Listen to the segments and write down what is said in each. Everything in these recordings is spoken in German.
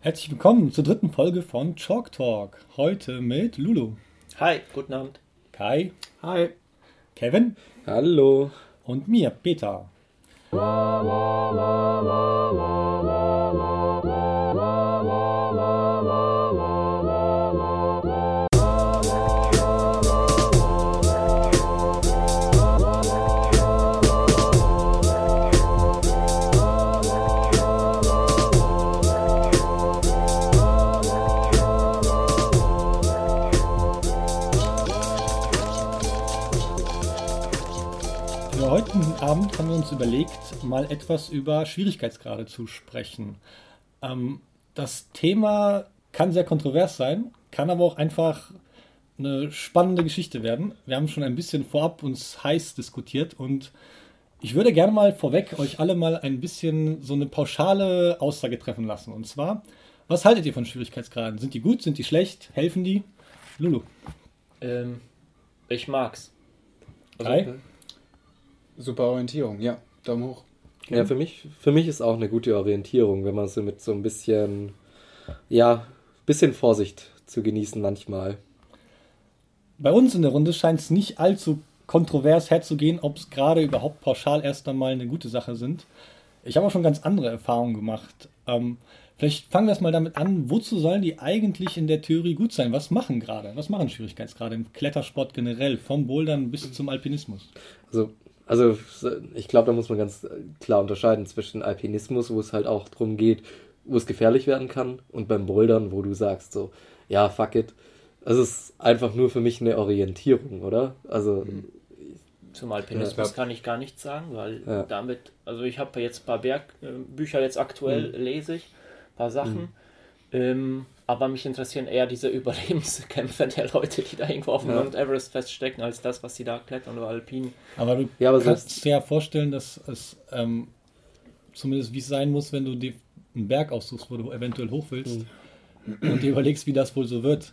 Herzlich willkommen zur dritten Folge von Chalk Talk. Heute mit Lulu, Hi, guten Abend. Kai, Hi. Kevin Hallo. und mir, Peter. Für heutigen Abend haben wir uns überlegt, mal etwas über Schwierigkeitsgrade zu sprechen. Das Thema kann sehr kontrovers sein, kann aber auch einfach eine spannende Geschichte werden. Wir haben schon ein bisschen vorab uns heiß diskutiert und ich würde gerne mal vorweg euch alle mal ein bisschen so eine pauschale Aussage treffen lassen. Und zwar, was haltet ihr von Schwierigkeitsgraden? Sind die gut, sind die schlecht, helfen die? Lulu. Ich mag's. Kai? Super Orientierung, ja. Daumen hoch. Ja, für mich ist auch eine gute Orientierung, wenn man so mit so ein bisschen Vorsicht zu genießen manchmal. Bei uns in der Runde scheint es nicht allzu kontrovers herzugehen, ob es gerade überhaupt pauschal erst einmal eine gute Sache sind. Ich habe auch schon ganz andere Erfahrungen gemacht. Vielleicht fangen wir erst mal damit an, wozu sollen die eigentlich in der Theorie gut sein? Was machen Schwierigkeitsgrade im Klettersport generell, vom Bouldern bis zum Alpinismus? Also ich glaube, da muss man ganz klar unterscheiden zwischen Alpinismus, wo es halt auch darum geht, wo es gefährlich werden kann, und beim Bouldern, wo du sagst so, ja, fuck it. Also es ist einfach nur für mich eine Orientierung, oder? Also Zum Alpinismus kann ich gar nichts sagen, weil damit, also ich habe jetzt ein paar Bergbücher jetzt aktuell, lese ich, ein paar Sachen, aber mich interessieren eher diese Überlebenskämpfe der Leute, die da irgendwo auf dem Mount Everest feststecken, als das, was sie da klettern oder alpin. Aber du kannst dir ja vorstellen, dass es zumindest wie es sein muss, wenn du dir einen Berg aussuchst, wo du eventuell hoch willst und dir überlegst, wie das wohl so wird.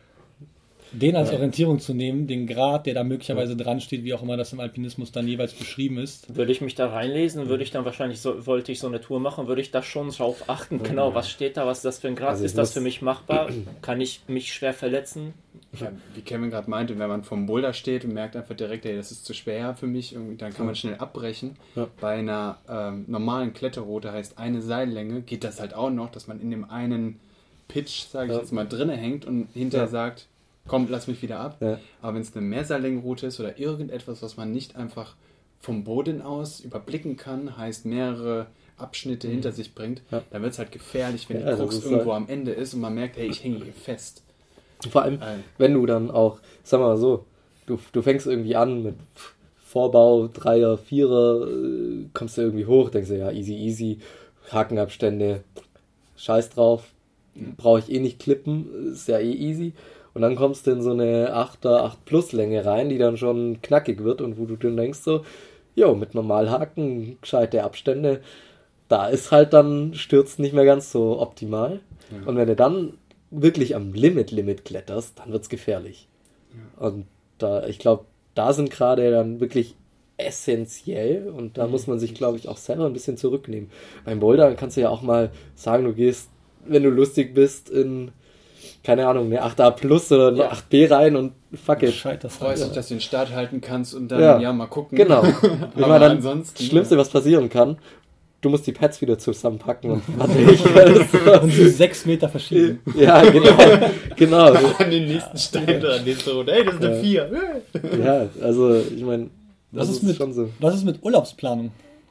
Den als Orientierung zu nehmen, den Grad, der da möglicherweise dran steht, wie auch immer das im Alpinismus dann jeweils beschrieben ist. Würde ich mich da reinlesen, würde ich dann wahrscheinlich, wollte ich so eine Tour machen, würde ich da schon drauf achten, genau, was steht da, was ist das für ein Grad, ist das für mich machbar, kann ich mich schwer verletzen? Ja, wie Kevin gerade meinte, wenn man vom Boulder steht und merkt einfach direkt, ey, das ist zu schwer für mich, dann kann man schnell abbrechen. Ja. Bei einer normalen Kletterroute heißt eine Seillänge, geht das halt auch noch, dass man in dem einen Pitch, sage ich jetzt mal, drinne hängt und hinterher sagt, komm, lass mich wieder ab. Ja. Aber wenn es eine Mehrseillängenroute ist oder irgendetwas, was man nicht einfach vom Boden aus überblicken kann, heißt mehrere Abschnitte hinter sich bringt, dann wird es halt gefährlich, wenn die Krux irgendwo am Ende ist und man merkt, hey, ich hänge hier fest. Vor allem, wenn du dann auch, sag mal so, du fängst irgendwie an mit Vorbau, Dreier, Vierer, kommst du irgendwie hoch, denkst du, ja, easy, Hakenabstände, scheiß drauf, brauche ich eh nicht klippen, ist ja eh easy. Und dann kommst du in so eine 8er-8-Plus-Länge rein, die dann schon knackig wird und wo du dann denkst so, mit Normalhaken, gescheite Abstände, da ist halt dann Stürzen nicht mehr ganz so optimal. Ja. Und wenn du dann wirklich am Limit kletterst, dann wird's gefährlich. Ja. Und ich glaube, da sind gerade dann wirklich essentiell und da muss man sich, glaube ich, auch selber ein bisschen zurücknehmen. Beim Bouldern kannst du ja auch mal sagen, du gehst, wenn du lustig bist, in keine Ahnung, eine 8a Plus oder eine 8b rein und fuck it. Freust dich, dass du den Start halten kannst und dann, mal gucken. Genau. Aber dann ansonsten, das Schlimmste, was passieren kann, du musst die Pads wieder zusammenpacken und fertig. Und sie 6 Meter verschieben. Ja, genau. An den nächsten Stein dran, den so, ey, das ist eine 4. Ja, also, ich meine, was ist mit Urlaubsplanung?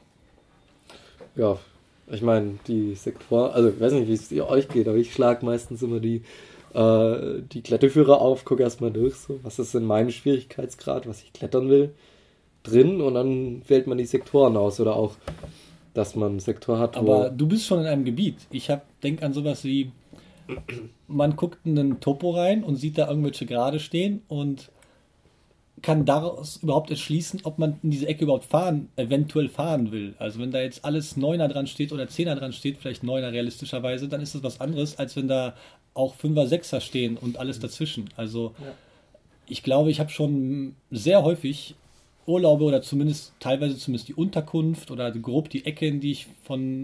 Ja, ich meine, die Sektoren, also ich weiß nicht, wie es euch geht, aber ich schlage meistens immer die Kletterführer auf, gucke erstmal durch, so, was ist in meinem Schwierigkeitsgrad, was ich klettern will, drin, und dann wählt man die Sektoren aus oder auch, dass man einen Sektor hat. Aber du bist schon in einem Gebiet. Denk an sowas wie, man guckt in einen Topo rein und sieht da irgendwelche Grade stehen und kann daraus überhaupt erschließen, ob man in diese Ecke überhaupt eventuell fahren will. Also wenn da jetzt alles 9er dran steht oder 10er dran steht, vielleicht 9er realistischerweise, dann ist das was anderes, als wenn da auch 5er, 6er stehen und alles dazwischen. Also ich glaube, ich habe schon sehr häufig Urlaube oder teilweise zumindest die Unterkunft oder grob die Ecke, in die ich von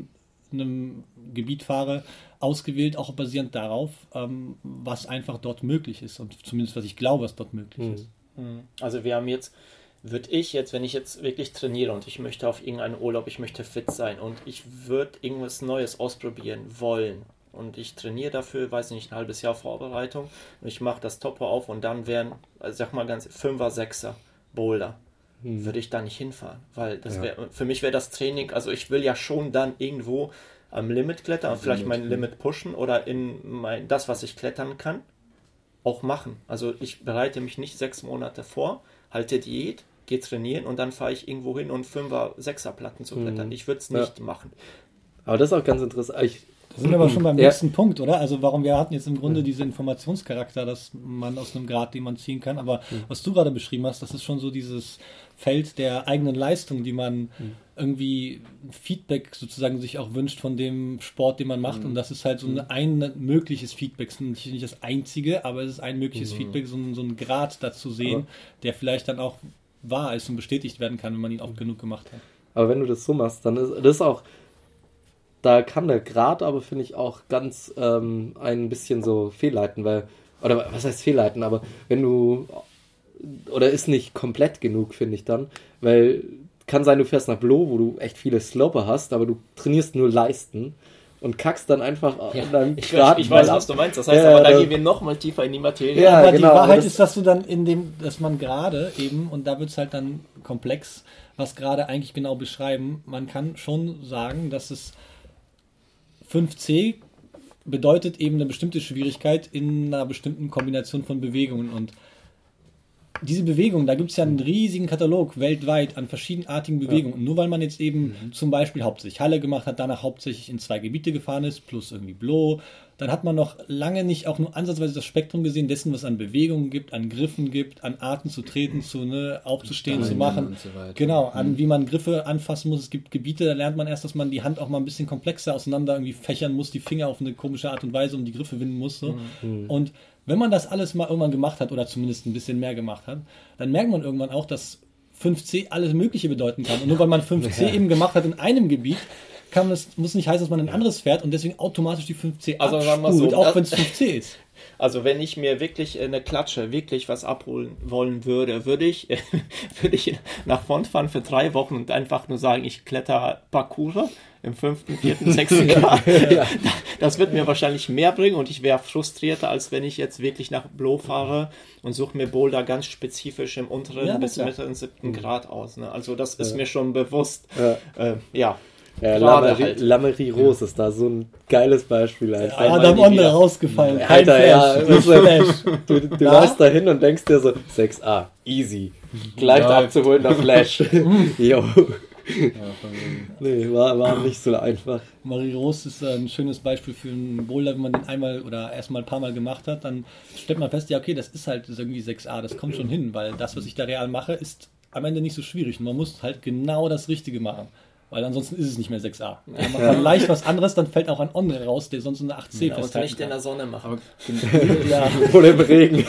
einem Gebiet fahre, ausgewählt, auch basierend darauf, was einfach dort möglich ist und zumindest was ich glaube, was dort möglich ist. Also wir haben jetzt, wenn ich jetzt wirklich trainiere und ich möchte auf irgendeinen Urlaub, ich möchte fit sein und ich würde irgendwas Neues ausprobieren wollen und ich trainiere dafür, weiß nicht, ein halbes Jahr Vorbereitung und ich mache das Topo auf und dann wären, also sag mal ganz 5er, 6er Boulder. Würde ich da nicht hinfahren, weil das für mich wäre das Training, also ich will ja schon dann irgendwo am Limit klettern, vielleicht mein Limit pushen oder in das, was ich klettern kann, auch machen. Also ich bereite mich nicht 6 Monate vor, halte Diät, gehe trainieren und dann fahre ich irgendwo hin, um 5er, 6er Platten zu klettern. Ich würde es nicht machen. Aber das ist auch ganz interessant. Da sind wir aber schon beim nächsten Punkt, oder? Also wir hatten jetzt im Grunde diesen Informationscharakter, dass man aus einem Grad, den man ziehen kann, aber was du gerade beschrieben hast, das ist schon so dieses Feld der eigenen Leistung, die man irgendwie Feedback sozusagen sich auch wünscht von dem Sport, den man macht und das ist halt so ein mögliches Feedback, es ist nicht das einzige, aber es ist ein mögliches Feedback, so ein Grad dazu sehen, der vielleicht dann auch wahr ist und bestätigt werden kann, wenn man ihn oft genug gemacht hat. Aber wenn du das so machst, dann ist das auch, da kann der Grad aber, finde ich, auch ganz ein bisschen so fehlleiten, weil, oder was heißt fehlleiten, aber wenn du, oder ist nicht komplett genug, finde ich dann, weil kann sein, du fährst nach Blo, wo du echt viele Sloper hast, aber du trainierst nur Leisten und kackst dann einfach in deinem Grad. Ich weiß, was du meinst, das heißt aber, da gehen wir noch mal tiefer in die Materie. Ja, aber genau, die Wahrheit ist, dass du dann dass man gerade eben, und da wird es halt dann komplex, was gerade eigentlich genau beschreiben, man kann schon sagen, dass es 5C bedeutet eben eine bestimmte Schwierigkeit in einer bestimmten Kombination von Bewegungen und diese Bewegungen, da gibt es ja einen riesigen Katalog weltweit an verschiedenartigen Bewegungen. Und nur weil man jetzt eben zum Beispiel hauptsächlich Halle gemacht hat, danach hauptsächlich in 2 Gebiete gefahren ist, plus irgendwie Blo, dann hat man noch lange nicht auch nur ansatzweise das Spektrum gesehen dessen, was an Bewegungen gibt, an Griffen gibt, an Arten zu treten, aufzustehen, zu machen. So genau, an wie man Griffe anfassen muss. Es gibt Gebiete, da lernt man erst, dass man die Hand auch mal ein bisschen komplexer auseinander irgendwie fächern muss, die Finger auf eine komische Art und Weise um die Griffe winden muss. So. Und wenn man das alles mal irgendwann gemacht hat oder zumindest ein bisschen mehr gemacht hat, dann merkt man irgendwann auch, dass 5C alles Mögliche bedeuten kann. Und nur weil man 5C eben gemacht hat in einem Gebiet, muss nicht heißen, dass man ein anderes fährt und deswegen automatisch die 5C abspult, auch wenn es 5C ist. Also wenn ich mir wirklich eine Klatsche, wirklich was abholen wollen würde ich nach Font fahren für 3 Wochen und einfach nur sagen, ich kletter Parcours im 5., 4., 6. Jahr. Das wird mir wahrscheinlich mehr bringen und ich wäre frustrierter, als wenn ich jetzt wirklich nach Blo fahre und suche mir Boulder ganz spezifisch im unteren bis mittleren 7. Grad aus. Ne? Also das ist mir schon bewusst. Lamerie Rose ist da so ein geiles Beispiel. Adam Onder rausgefallen. Kein Flash. Du läufst da hin und denkst dir so, 6A, easy. Leicht abzuholender Flash. Jo. Nee, war nicht so einfach. Marie Rose ist ein schönes Beispiel für einen Boulder, wenn man den einmal oder erstmal ein paar Mal gemacht hat, dann stellt man fest, ja okay, das ist irgendwie 6A, das kommt schon hin, weil das, was ich da real mache, ist am Ende nicht so schwierig und man muss halt genau das Richtige machen. Weil ansonsten ist es nicht mehr 6A. Dann macht man leicht was anderes, dann fällt auch ein Andre raus, der sonst eine 8C festhalten kann. Nicht in der Sonne machen. Oder im Regen.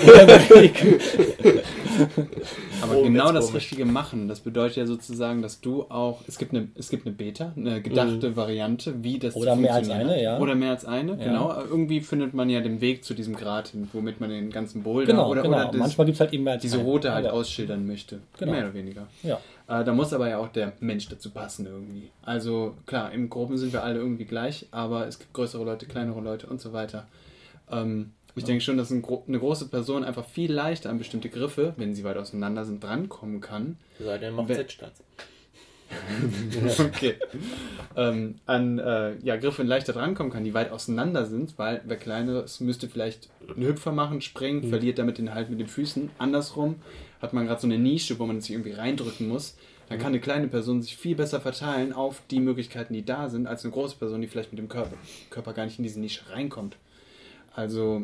Aber genau das Richtige machen, das bedeutet ja sozusagen, dass du auch, es gibt eine Beta, eine gedachte Variante, wie das oder mehr als eine, ja. Oder mehr als eine, genau. Irgendwie findet man ja den Weg zu diesem Grad hin, womit man den ganzen Boulder oder manchmal gibt es halt eben mehr als diese Route halt ausschildern möchte. Genau. Mehr oder weniger. Ja. Da muss aber ja auch der Mensch dazu passen irgendwie. Also klar, im Groben sind wir alle irgendwie gleich, aber es gibt größere Leute, kleinere Leute und so weiter. Ich denke schon, dass eine große Person einfach viel leichter an bestimmte Griffe, wenn sie weit auseinander sind, drankommen kann. Sei denn, macht Sitzstadt. Okay. An Griffe leichter drankommen kann, die weit auseinander sind, weil wer Kleineres müsste vielleicht einen Hüpfer machen, springen, verliert damit den Halt mit den Füßen. Andersrum hat man gerade so eine Nische, wo man sich irgendwie reindrücken muss. Dann kann eine kleine Person sich viel besser verteilen auf die Möglichkeiten, die da sind, als eine große Person, die vielleicht mit dem Körper gar nicht in diese Nische reinkommt. Also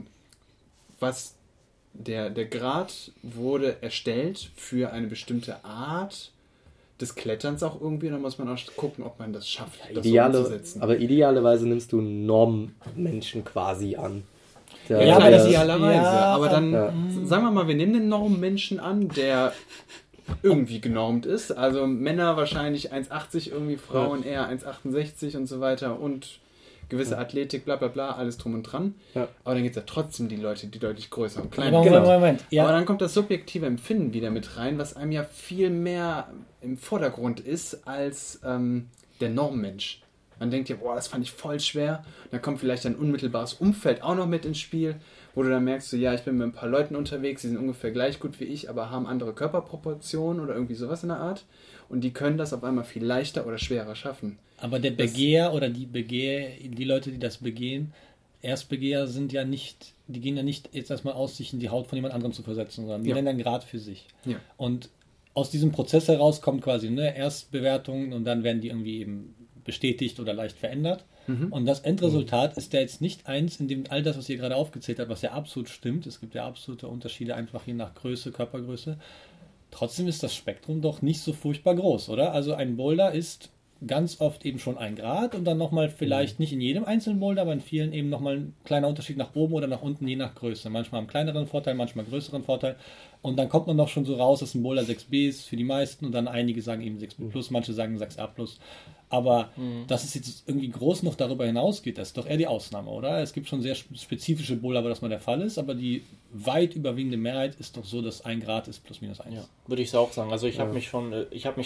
der Grad wurde erstellt für eine bestimmte Art des Kletterns auch irgendwie, dann muss man auch gucken, ob man das schafft, das so umzusetzen. Aber idealerweise nimmst du Normmenschen quasi an. Idealerweise. Aber dann, sagen wir mal, wir nehmen den Normmenschen an, der irgendwie genormt ist. Also Männer wahrscheinlich 1,80 irgendwie, Frauen eher 1,68 und so weiter und gewisse Athletik, bla bla bla, alles drum und dran. Ja. Aber dann gibt es ja trotzdem die Leute, die deutlich größer und kleiner sind. Moment. Ja. Aber dann kommt das subjektive Empfinden wieder mit rein, was einem ja viel mehr im Vordergrund ist als der Normmensch. Man denkt ja, boah, das fand ich voll schwer. Und dann kommt vielleicht ein unmittelbares Umfeld auch noch mit ins Spiel, wo du dann merkst, so, ja, ich bin mit ein paar Leuten unterwegs, die sind ungefähr gleich gut wie ich, aber haben andere Körperproportionen oder irgendwie sowas in der Art. Und die können das auf einmal viel leichter oder schwerer schaffen. Aber der Begeher oder die Leute, die das begehen, Erstbegeher sind ja nicht, die gehen ja nicht jetzt erstmal aus, sich in die Haut von jemand anderem zu versetzen, sondern die rennen dann gerade für sich. Ja. Und aus diesem Prozess heraus kommt quasi eine Erstbewertung und dann werden die irgendwie eben bestätigt oder leicht verändert. Und das Endresultat ist ja jetzt nicht eins, in dem all das, was ihr gerade aufgezählt habt, was ja absolut stimmt. Es gibt ja absolute Unterschiede einfach je nach Größe, Körpergröße. Trotzdem ist das Spektrum doch nicht so furchtbar groß, oder? Also ein Boulder ist ganz oft eben schon 1 Grad und dann nochmal vielleicht nicht in jedem einzelnen Boulder, aber in vielen eben nochmal ein kleiner Unterschied nach oben oder nach unten, je nach Größe. Manchmal einen kleineren Vorteil, manchmal einen größeren Vorteil. Und dann kommt man noch schon so raus, dass ein Boulder 6b ist für die meisten und dann einige sagen eben 6b+, manche sagen 6a+. Aber dass es jetzt irgendwie groß noch darüber hinausgeht, das ist doch eher die Ausnahme, oder? Es gibt schon sehr spezifische Boulder, wo das mal der Fall ist, aber die weit überwiegende Mehrheit ist doch so, dass 1 Grad ist +/-1. Ja, würde ich auch sagen. Also ich habe mich schon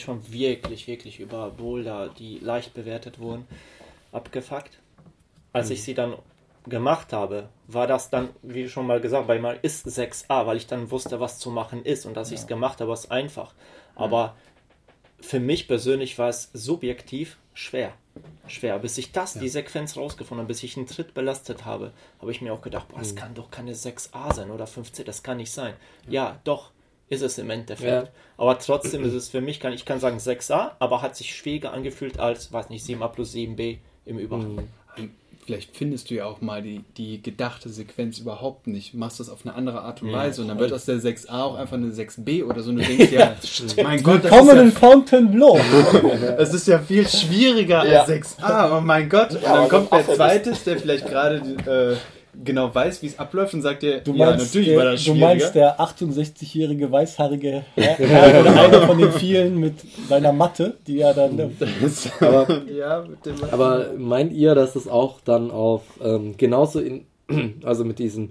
wirklich über Boulder, die leicht bewertet wurden, abgefuckt. Als ich sie dann gemacht habe, war das dann, wie schon mal gesagt, bei mir ist 6a, weil ich dann wusste, was zu machen ist und dass ich es gemacht habe, ist einfach. Aber für mich persönlich war es subjektiv schwer. Bis ich die Sequenz rausgefunden habe, bis ich einen Tritt belastet habe, habe ich mir auch gedacht, boah, das kann doch keine 6a sein oder 15, das kann nicht sein. Ja, doch, ist es im Endeffekt. Ja. Aber trotzdem ist es für mich, ich kann sagen 6a, aber hat sich schwieriger angefühlt als, 7a plus 7b im Überhang. Vielleicht findest du ja auch mal die gedachte Sequenz überhaupt nicht. Machst das auf eine andere Art und Weise und dann wird aus der 6a auch einfach eine 6b oder so. Und du denkst ja, mein Gott, das ist in Fontainebleau. Es ist ja viel schwieriger als 6a. Oh mein Gott. Und dann kommt der Zweites, der vielleicht gerade genau weiß, wie es abläuft und sagt dir, natürlich war das schwieriger. Du meinst der 68-jährige weißhaarige Herr oder einer von den vielen mit seiner Matte, die er dann... Aber meint ihr, dass es auch dann auf genauso also mit dieser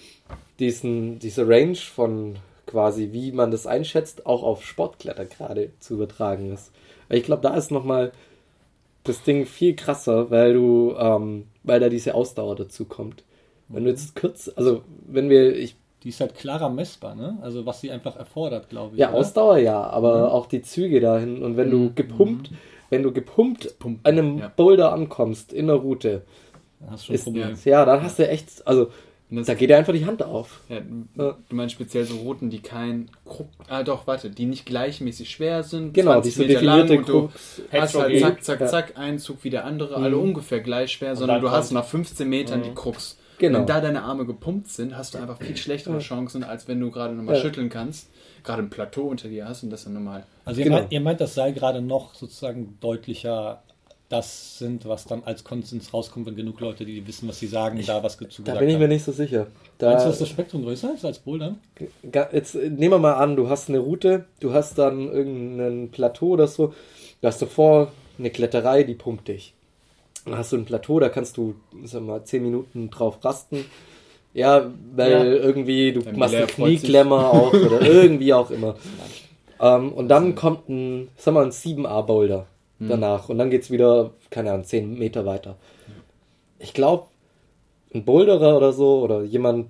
Range von quasi, wie man das einschätzt, auch auf Sportkletter gerade zu übertragen ist? Weil ich glaube, da ist nochmal das Ding viel krasser, weil da diese Ausdauer dazu kommt. Wenn du jetzt die ist halt klarer messbar, ne? Also was sie einfach erfordert, glaube ich. Ja, oder? Ausdauer ja, aber auch die Züge dahin. Und wenn du gepumpt an einem Boulder ankommst in der Route, dann hast du schon ein Problem. Ja, dann hast du echt, also da geht dir einfach die Hand auf. Ja, du meinst speziell so Routen, die die nicht gleichmäßig schwer sind. Genau, die so definierte Krux. Du hast halt zack, ein Zug wie der andere, alle ungefähr gleich schwer, sondern du hast nach 15 Metern die Krux. Genau. Wenn da deine Arme gepumpt sind, hast du einfach viel schlechtere Chancen, als wenn du gerade nochmal schütteln kannst, gerade ein Plateau unter dir hast und das dann normal. Also ihr meint, das sei gerade noch sozusagen deutlicher, das sind, was dann als Konsens rauskommt, wenn genug Leute, die wissen, was sie sagen, da was zu gesagt haben. Da bin ich mir nicht so sicher. Meinst du, dass das Spektrum größer ist als Bouldern? Jetzt nehmen wir mal an, du hast eine Route, du hast dann irgendein Plateau oder so, du hast davor eine Kletterei, die pumpt dich. Dann hast du ein Plateau, da kannst du 10 Minuten drauf rasten. Ja, weil irgendwie du machst einen Knieklemmer auch oder irgendwie auch immer. Und dann kommt ein 7a-Boulder danach und dann geht's wieder, keine Ahnung, 10 Meter weiter. Ich glaube, ein Boulderer oder so oder jemand,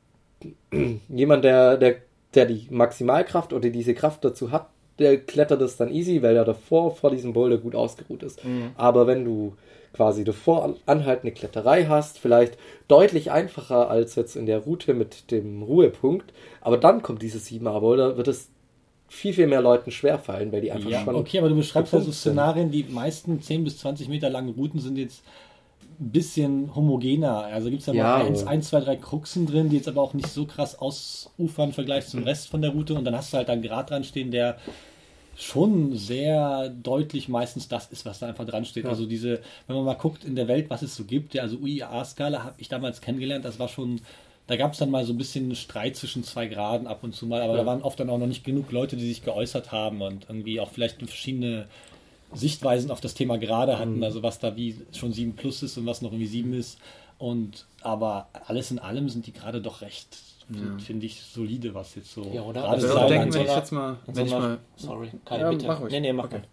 der die Maximalkraft oder diese Kraft dazu hat, der klettert es dann easy, weil er davor vor diesem Boulder gut ausgeruht ist. Aber wenn du quasi davor anhaltende Kletterei hast, vielleicht deutlich einfacher als jetzt in der Route mit dem Ruhepunkt, aber dann kommt dieses 7a-Boulder, wird es viel, viel mehr Leuten schwerfallen, weil die einfach schon... Okay, aber du beschreibst ja so Szenarien, die meisten 10 bis 20 Meter langen Routen sind jetzt ein bisschen homogener. Also gibt es da mal 1, 2, 3 Kruxen drin, die jetzt aber auch nicht so krass ausufern im Vergleich zum Rest von der Route und dann hast du halt einen Grad dran stehen, der schon sehr deutlich meistens das ist, was da einfach dran steht. Ja. Also wenn man mal guckt in der Welt, was es so gibt, also UIA-Skala habe ich damals kennengelernt, das war schon Da gab es dann mal so ein bisschen Streit zwischen 2 Graden ab und zu mal, aber da waren oft dann auch noch nicht genug Leute, die sich geäußert haben und irgendwie auch vielleicht verschiedene Sichtweisen auf das Thema Gerade hatten, also was da wie schon 7 plus ist und was noch irgendwie 7 ist. Aber alles in allem sind die gerade doch recht, finde ich, solide, was jetzt so. Ja, oder? Also Also denken, wenn ich jetzt mal. Sorry, keine Bitte. Mach ruhig. Nee, mach okay.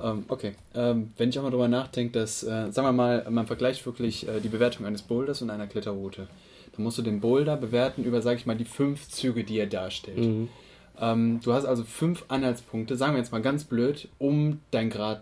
Wenn ich auch mal drüber nachdenke, dass, sagen wir mal, man vergleicht wirklich die Bewertung eines Boulders und einer Kletterroute. Dann musst du den Boulder bewerten über, sag ich mal, die 5 Züge, die er darstellt. Du hast also 5 Anhaltspunkte, sagen wir jetzt mal ganz blöd, um dein Grad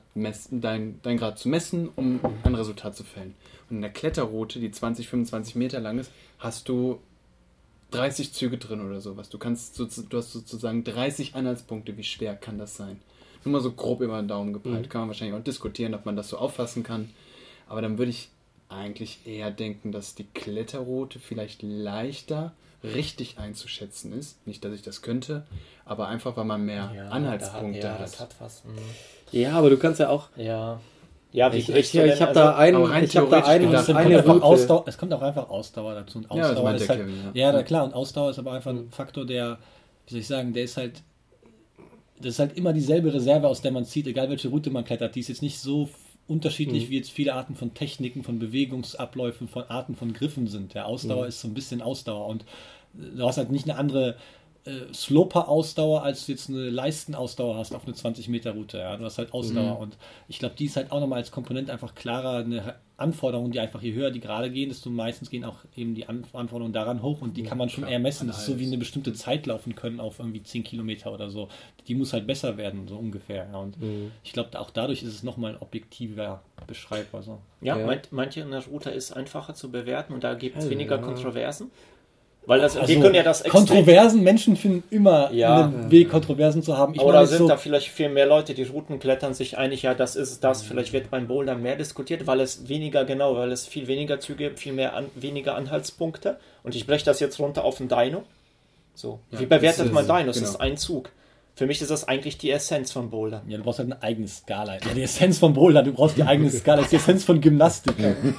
zu messen, um ein Resultat zu fällen. Und in der Kletterroute, die 20, 25 Meter lang ist, hast du 30 Züge drin oder sowas. Du hast sozusagen 30 Anhaltspunkte. Wie schwer kann das sein? Nur mal so grob über den Daumen gepeilt. Kann man wahrscheinlich auch diskutieren, ob man das so auffassen kann. Aber dann würde ich eigentlich eher denken, dass die Kletterroute vielleicht leichter richtig einzuschätzen ist. Nicht, dass ich das könnte, aber einfach, weil man mehr Anhaltspunkte hat. Das hat was. Ja, aber du kannst ja auch... Ja, ich habe da eine Route. Es kommt auch einfach Ausdauer dazu. Und Ausdauer ist halt, klar, und Ausdauer ist aber einfach ein Faktor, der, wie soll ich sagen, das ist halt immer dieselbe Reserve, aus der man zieht, egal welche Route man klettert. Die ist jetzt nicht so unterschiedlich, wie jetzt viele Arten von Techniken, von Bewegungsabläufen, von Arten von Griffen sind. Der Ausdauer ist so ein bisschen Ausdauer und du hast halt nicht eine andere Sloper-Ausdauer, als du jetzt eine Leistenausdauer hast auf eine 20-Meter-Route. Ja? Du hast halt Ausdauer und ich glaube, die ist halt auch nochmal als Komponent einfach klarer eine Anforderung, die einfach, je höher die gerade gehen, desto meistens gehen auch eben die Anforderungen daran hoch und die kann man schon eher messen. Das ist so wie eine bestimmte Zeit laufen können auf irgendwie 10 Kilometer oder so. Die muss halt besser werden, so ungefähr. Ja? Und ich glaube, auch dadurch ist es nochmal objektiver beschreibbar. So. Ja, meint ihr, eine Route ist einfacher zu bewerten und da gibt es weniger Kontroversen? Weil wir können ja das Kontroversen, Menschen finden immer einen Weg, Kontroversen zu haben. Oder sind da vielleicht viel mehr Leute, die Routen klettern, sich einig, das ist das. Vielleicht wird beim Bouldern mehr diskutiert, weil es viel weniger Züge, weniger Anhaltspunkte. Und ich breche das jetzt runter auf ein Dino. So. Wie bewertet man Dinos? Das ist ein Zug. Für mich ist das eigentlich die Essenz von Bouldern. Ja, du brauchst halt eine eigene Skala. Ja, die Essenz von Bouldern, du brauchst die eigene Skala. Das ist die Essenz von Gymnastik.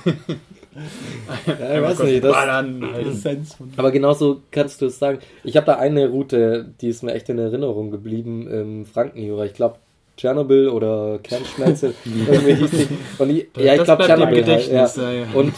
Ich weiß nicht, aber genauso kannst du es sagen. Ich habe da eine Route, die ist mir echt in Erinnerung geblieben im Frankenjura. Ich glaube Tschernobyl oder Kernschmelze. Irgendwie hieß die. Und ich glaube Tschernobyl. Halt, Und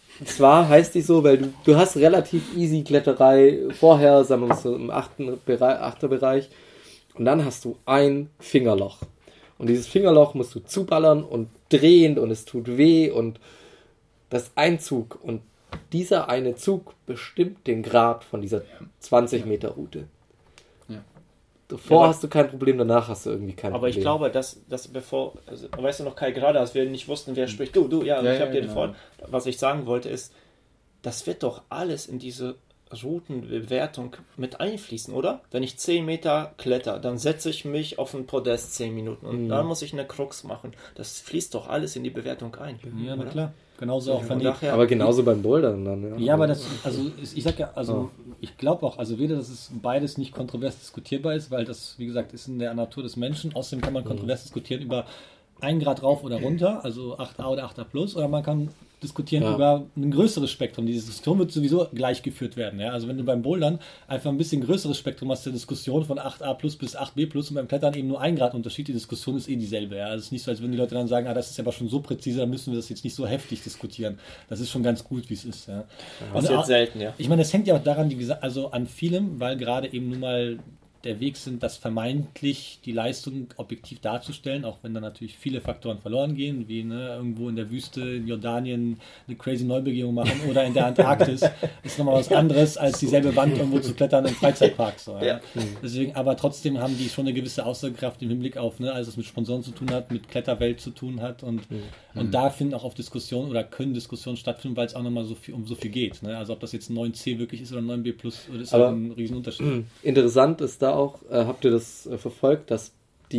zwar heißt die so, weil du hast relativ easy Kletterei vorher, sagen wir mal so im 8. Bereich. Und dann hast du ein Fingerloch. Und dieses Fingerloch musst du zuballern und drehen und es tut weh und das ist ein Zug. Und dieser eine Zug bestimmt den Grad von dieser 20-Meter-Route. Ja. Davor hast du kein Problem, danach hast du irgendwie kein Problem. Aber ich glaube, dass bevor, weißt du noch, Kai, gerade als wir nicht wussten, wer spricht, ich habe dir vor. Was ich sagen wollte ist, das wird doch alles in diese Routenbewertung mit einfließen, oder? Wenn ich 10 Meter kletter, dann setze ich mich auf ein Podest 10 Minuten und dann muss ich eine Krux machen. Das fließt doch alles in die Bewertung ein. Ja, na klar. Genauso auch von aber genauso beim Bouldern dann. Ja, aber das, ich sag ja, ich glaube auch, weder, dass es beides nicht kontrovers diskutierbar ist, weil das, wie gesagt, ist in der Natur des Menschen. Außerdem kann man kontrovers diskutieren über 1 Grad rauf oder runter, also 8a oder 8a plus, oder man kann diskutieren über ein größeres Spektrum. Die Diskussion wird sowieso gleich geführt werden. Ja? Also wenn du beim Bouldern einfach ein bisschen größeres Spektrum hast, der Diskussion von 8a plus bis 8b plus und beim Klettern eben nur 1 Grad Unterschied, die Diskussion ist dieselbe. Ja? Also es ist nicht so, als würden die Leute dann sagen, das ist aber schon so präzise, dann müssen wir das jetzt nicht so heftig diskutieren. Das ist schon ganz gut, wie es ist. Ja? Das ist jetzt selten, ja. Ich meine, das hängt ja auch daran, an vielem, weil gerade eben nun mal der Weg sind, das vermeintlich die Leistung objektiv darzustellen, auch wenn da natürlich viele Faktoren verloren gehen, wie irgendwo in der Wüste in Jordanien eine crazy Neubegehung machen oder in der Antarktis, ist nochmal was anderes, als dieselbe Wand irgendwo zu klettern im Freizeitpark. So, ja. Deswegen, aber trotzdem haben die schon eine gewisse Aussagekraft im Hinblick auf, alles was mit Sponsoren zu tun hat, mit Kletterwelt zu tun hat und da finden auch auf Diskussionen oder können Diskussionen stattfinden, weil es auch nochmal um so viel geht. Ne? Also ob das jetzt ein 9C wirklich ist oder ein 9B plus, ist halt ein Riesenunterschied. Interessant ist da auch, habt ihr das verfolgt, dass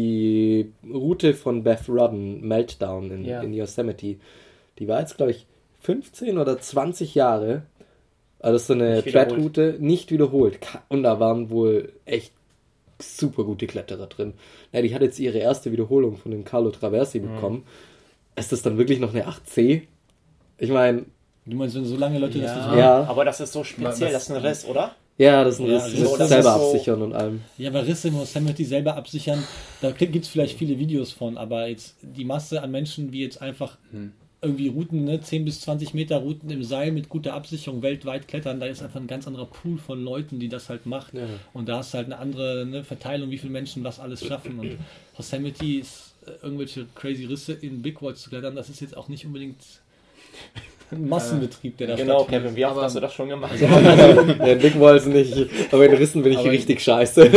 die Route von Beth Rudden, Meltdown in Yosemite, die war jetzt, glaube ich, 15 oder 20 Jahre, also so eine Tread-Route, nicht wiederholt. Und da waren wohl echt super gute Kletterer drin. Ja, die hat jetzt ihre erste Wiederholung von dem Carlo Traversi bekommen. Ist das dann wirklich noch eine 8C? Ich meine, Du meinst, wenn so lange Leute das nicht machen? Aber das ist so speziell, das ist ein Riss, oder? Ja, das ist ein Riss, so, das selber absichern und allem. Ja, aber Risse im Yosemite selber absichern, da gibt es vielleicht viele Videos von, aber jetzt die Masse an Menschen, wie jetzt einfach irgendwie Routen, ne, 10 bis 20 Meter Routen im Seil mit guter Absicherung weltweit klettern, da ist einfach ein ganz anderer Pool von Leuten, die das halt macht. Ja. Und da hast du halt eine andere Verteilung, wie viele Menschen das alles schaffen. Und Yosemite ist irgendwelche crazy Risse in Big Walls zu klettern, das ist jetzt auch nicht unbedingt ein Massenbetrieb, der da genau, Kevin, wie oft hast du das schon gemacht? Ja, in Big Walls nicht, aber in Rissen bin ich richtig scheiße.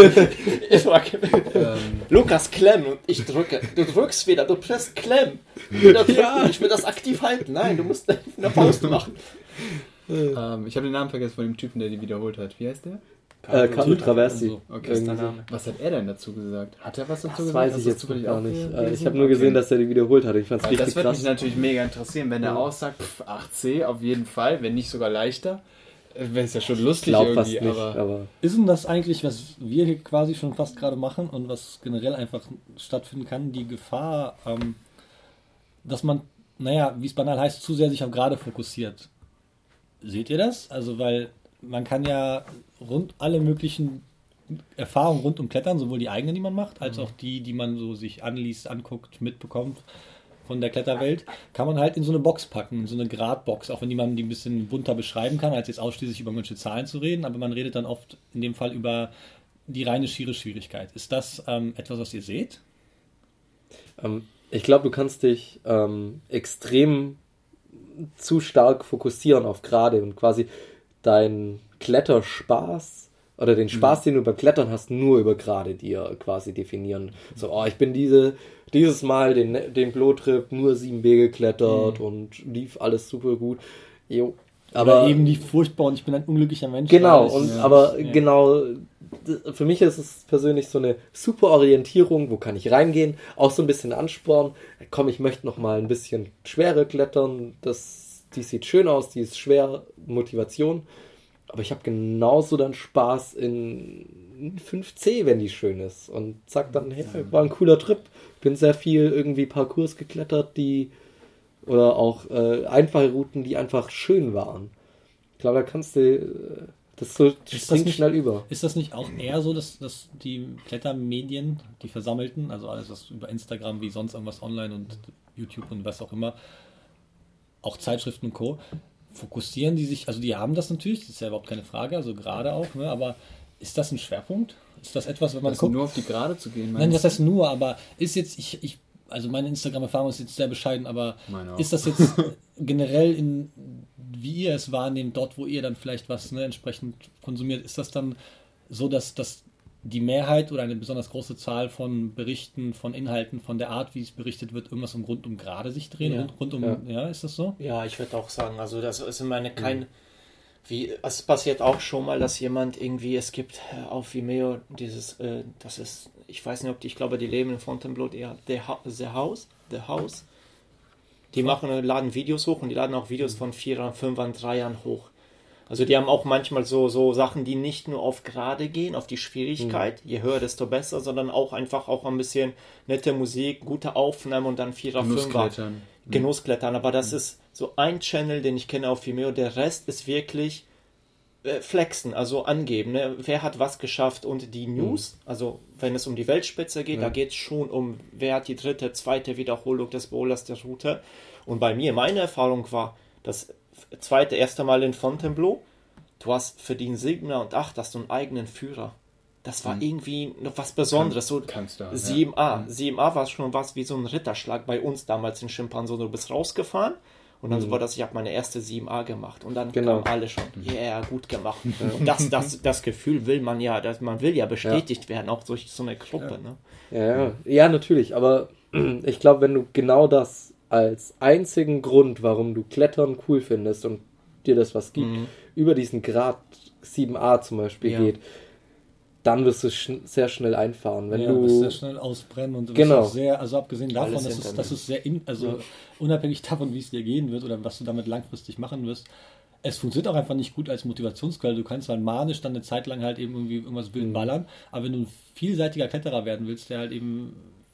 Lukas, klemm und ich drücke. Du drückst wieder, du presst klemm. Ja, ich will das aktiv halten. Nein, du musst eine Faust machen. Ich habe den Namen vergessen von dem Typen, der die wiederholt hat. Wie heißt der? Carlo Traversi. Okay, ist der Name. Was hat er denn dazu gesagt? Hat er was dazu gesagt? Weiß ich jetzt gar nicht. Ich habe nur gesehen, dass er die wiederholt hat. Ich fand's richtig krass. Das würde mich natürlich mega interessieren, wenn er aussagt, 8C auf jeden Fall, wenn nicht sogar leichter. Wäre es ja schon lustig irgendwie. Fast nicht, aber ist denn das eigentlich, was wir hier quasi schon fast gerade machen und was generell einfach stattfinden kann, die Gefahr, dass man, wie es banal heißt, zu sehr sich auf gerade fokussiert? Seht ihr das? Also, weil man kann ja alle möglichen Erfahrungen rund um Klettern, sowohl die eigenen, die man macht, als auch die man so sich anliest, anguckt, mitbekommt von der Kletterwelt, kann man halt in so eine Box packen, in so eine Gradbox, auch wenn man die ein bisschen bunter beschreiben kann, als jetzt ausschließlich über manche Zahlen zu reden, aber man redet dann oft in dem Fall über die reine schiere Schwierigkeit. Ist das etwas, was ihr seht? Ich glaube, du kannst dich extrem zu stark fokussieren auf gerade und quasi deinen Kletterspaß oder den Spaß, den du beim Klettern hast, nur über gerade dir quasi definieren. So, ich bin dieses Mal den Blow-Trip nur 7B geklettert und lief alles super gut. Jo. Aber eben lief furchtbar und ich bin ein unglücklicher Mensch. Genau, genau, für mich ist es persönlich so eine super Orientierung, wo kann ich reingehen, auch so ein bisschen Ansporn. Komm, ich möchte noch mal ein bisschen schwerer klettern, die sieht schön aus, die ist schwer, Motivation. Aber ich habe genauso dann Spaß in 5C, wenn die schön ist. Und zack, dann, war ein cooler Trip. Bin sehr viel irgendwie Parcours geklettert, oder auch einfache Routen, die einfach schön waren. Ich glaube, da kannst du, das springt schnell über. Ist das nicht auch eher so, dass die Klettermedien, die Versammelten, also alles, was über Instagram wie sonst irgendwas online und YouTube und was auch immer, auch Zeitschriften und Co., fokussieren die sich, also die haben das natürlich, das ist ja überhaupt keine Frage, also gerade auch, aber ist das ein Schwerpunkt? Ist das etwas, wenn man guckt? Nur auf die Gerade zu gehen? Nein, das heißt nur, aber ist jetzt, also meine Instagram-Erfahrung ist jetzt sehr bescheiden, aber ist das jetzt generell wie ihr es wahrnehmt, dort, wo ihr dann vielleicht was entsprechend konsumiert, ist das dann so, dass die Mehrheit oder eine besonders große Zahl von Berichten, von Inhalten, von der Art, wie es berichtet wird, irgendwas rund um gerade sich drehen? Ist das so? Ja, ich würde auch sagen, also das ist es passiert auch schon mal, dass jemand irgendwie, es gibt auf Vimeo das ist, ich weiß nicht, ich glaube, die leben in Fontainebleau, The House. Die laden Videos hoch und die laden auch Videos von 4ern, 5ern, 3ern hoch. Also die haben auch manchmal so Sachen, die nicht nur auf gerade gehen, auf die Schwierigkeit, je höher, desto besser, sondern auch einfach auch ein bisschen nette Musik, gute Aufnahmen und dann 4er, 5er. Genussklettern. Aber das ist so ein Channel, den ich kenne auf Vimeo. Der Rest ist wirklich flexen, also angeben. Ne? Wer hat was geschafft und die News, also wenn es um die Weltspitze geht, da geht es schon um, wer hat die 3., 2. Wiederholung des Bowlers der Route. Und bei mir, meine Erfahrung war, das erste Mal in Fontainebleau, du hast für den 7er und 8 hast du einen eigenen Führer. Das war irgendwie noch was Besonderes. So 7A. Ja. 7A war schon was wie so ein Ritterschlag bei uns damals in Chimpanson. Du bist rausgefahren und dann war das, ich habe meine erste 7A gemacht und dann kamen alle schon, gut gemacht. Und das Gefühl will man ja, man will ja bestätigt werden, auch durch so eine Gruppe. Ne? Ja, natürlich, aber ich glaube, wenn du genau das als einzigen Grund, warum du Klettern cool findest und dir das was gibt, über diesen Grad 7A zum Beispiel geht, dann wirst du sehr schnell einfahren. Wenn du wirst sehr schnell ausbrennen und du wirst auch sehr, also abgesehen davon, dass es sehr, unabhängig davon, wie es dir gehen wird oder was du damit langfristig machen wirst, es funktioniert auch einfach nicht gut als Motivationsquelle. Du kannst halt manisch dann eine Zeit lang halt eben irgendwie irgendwas wild ballern, aber wenn du ein vielseitiger Kletterer werden willst, der halt eben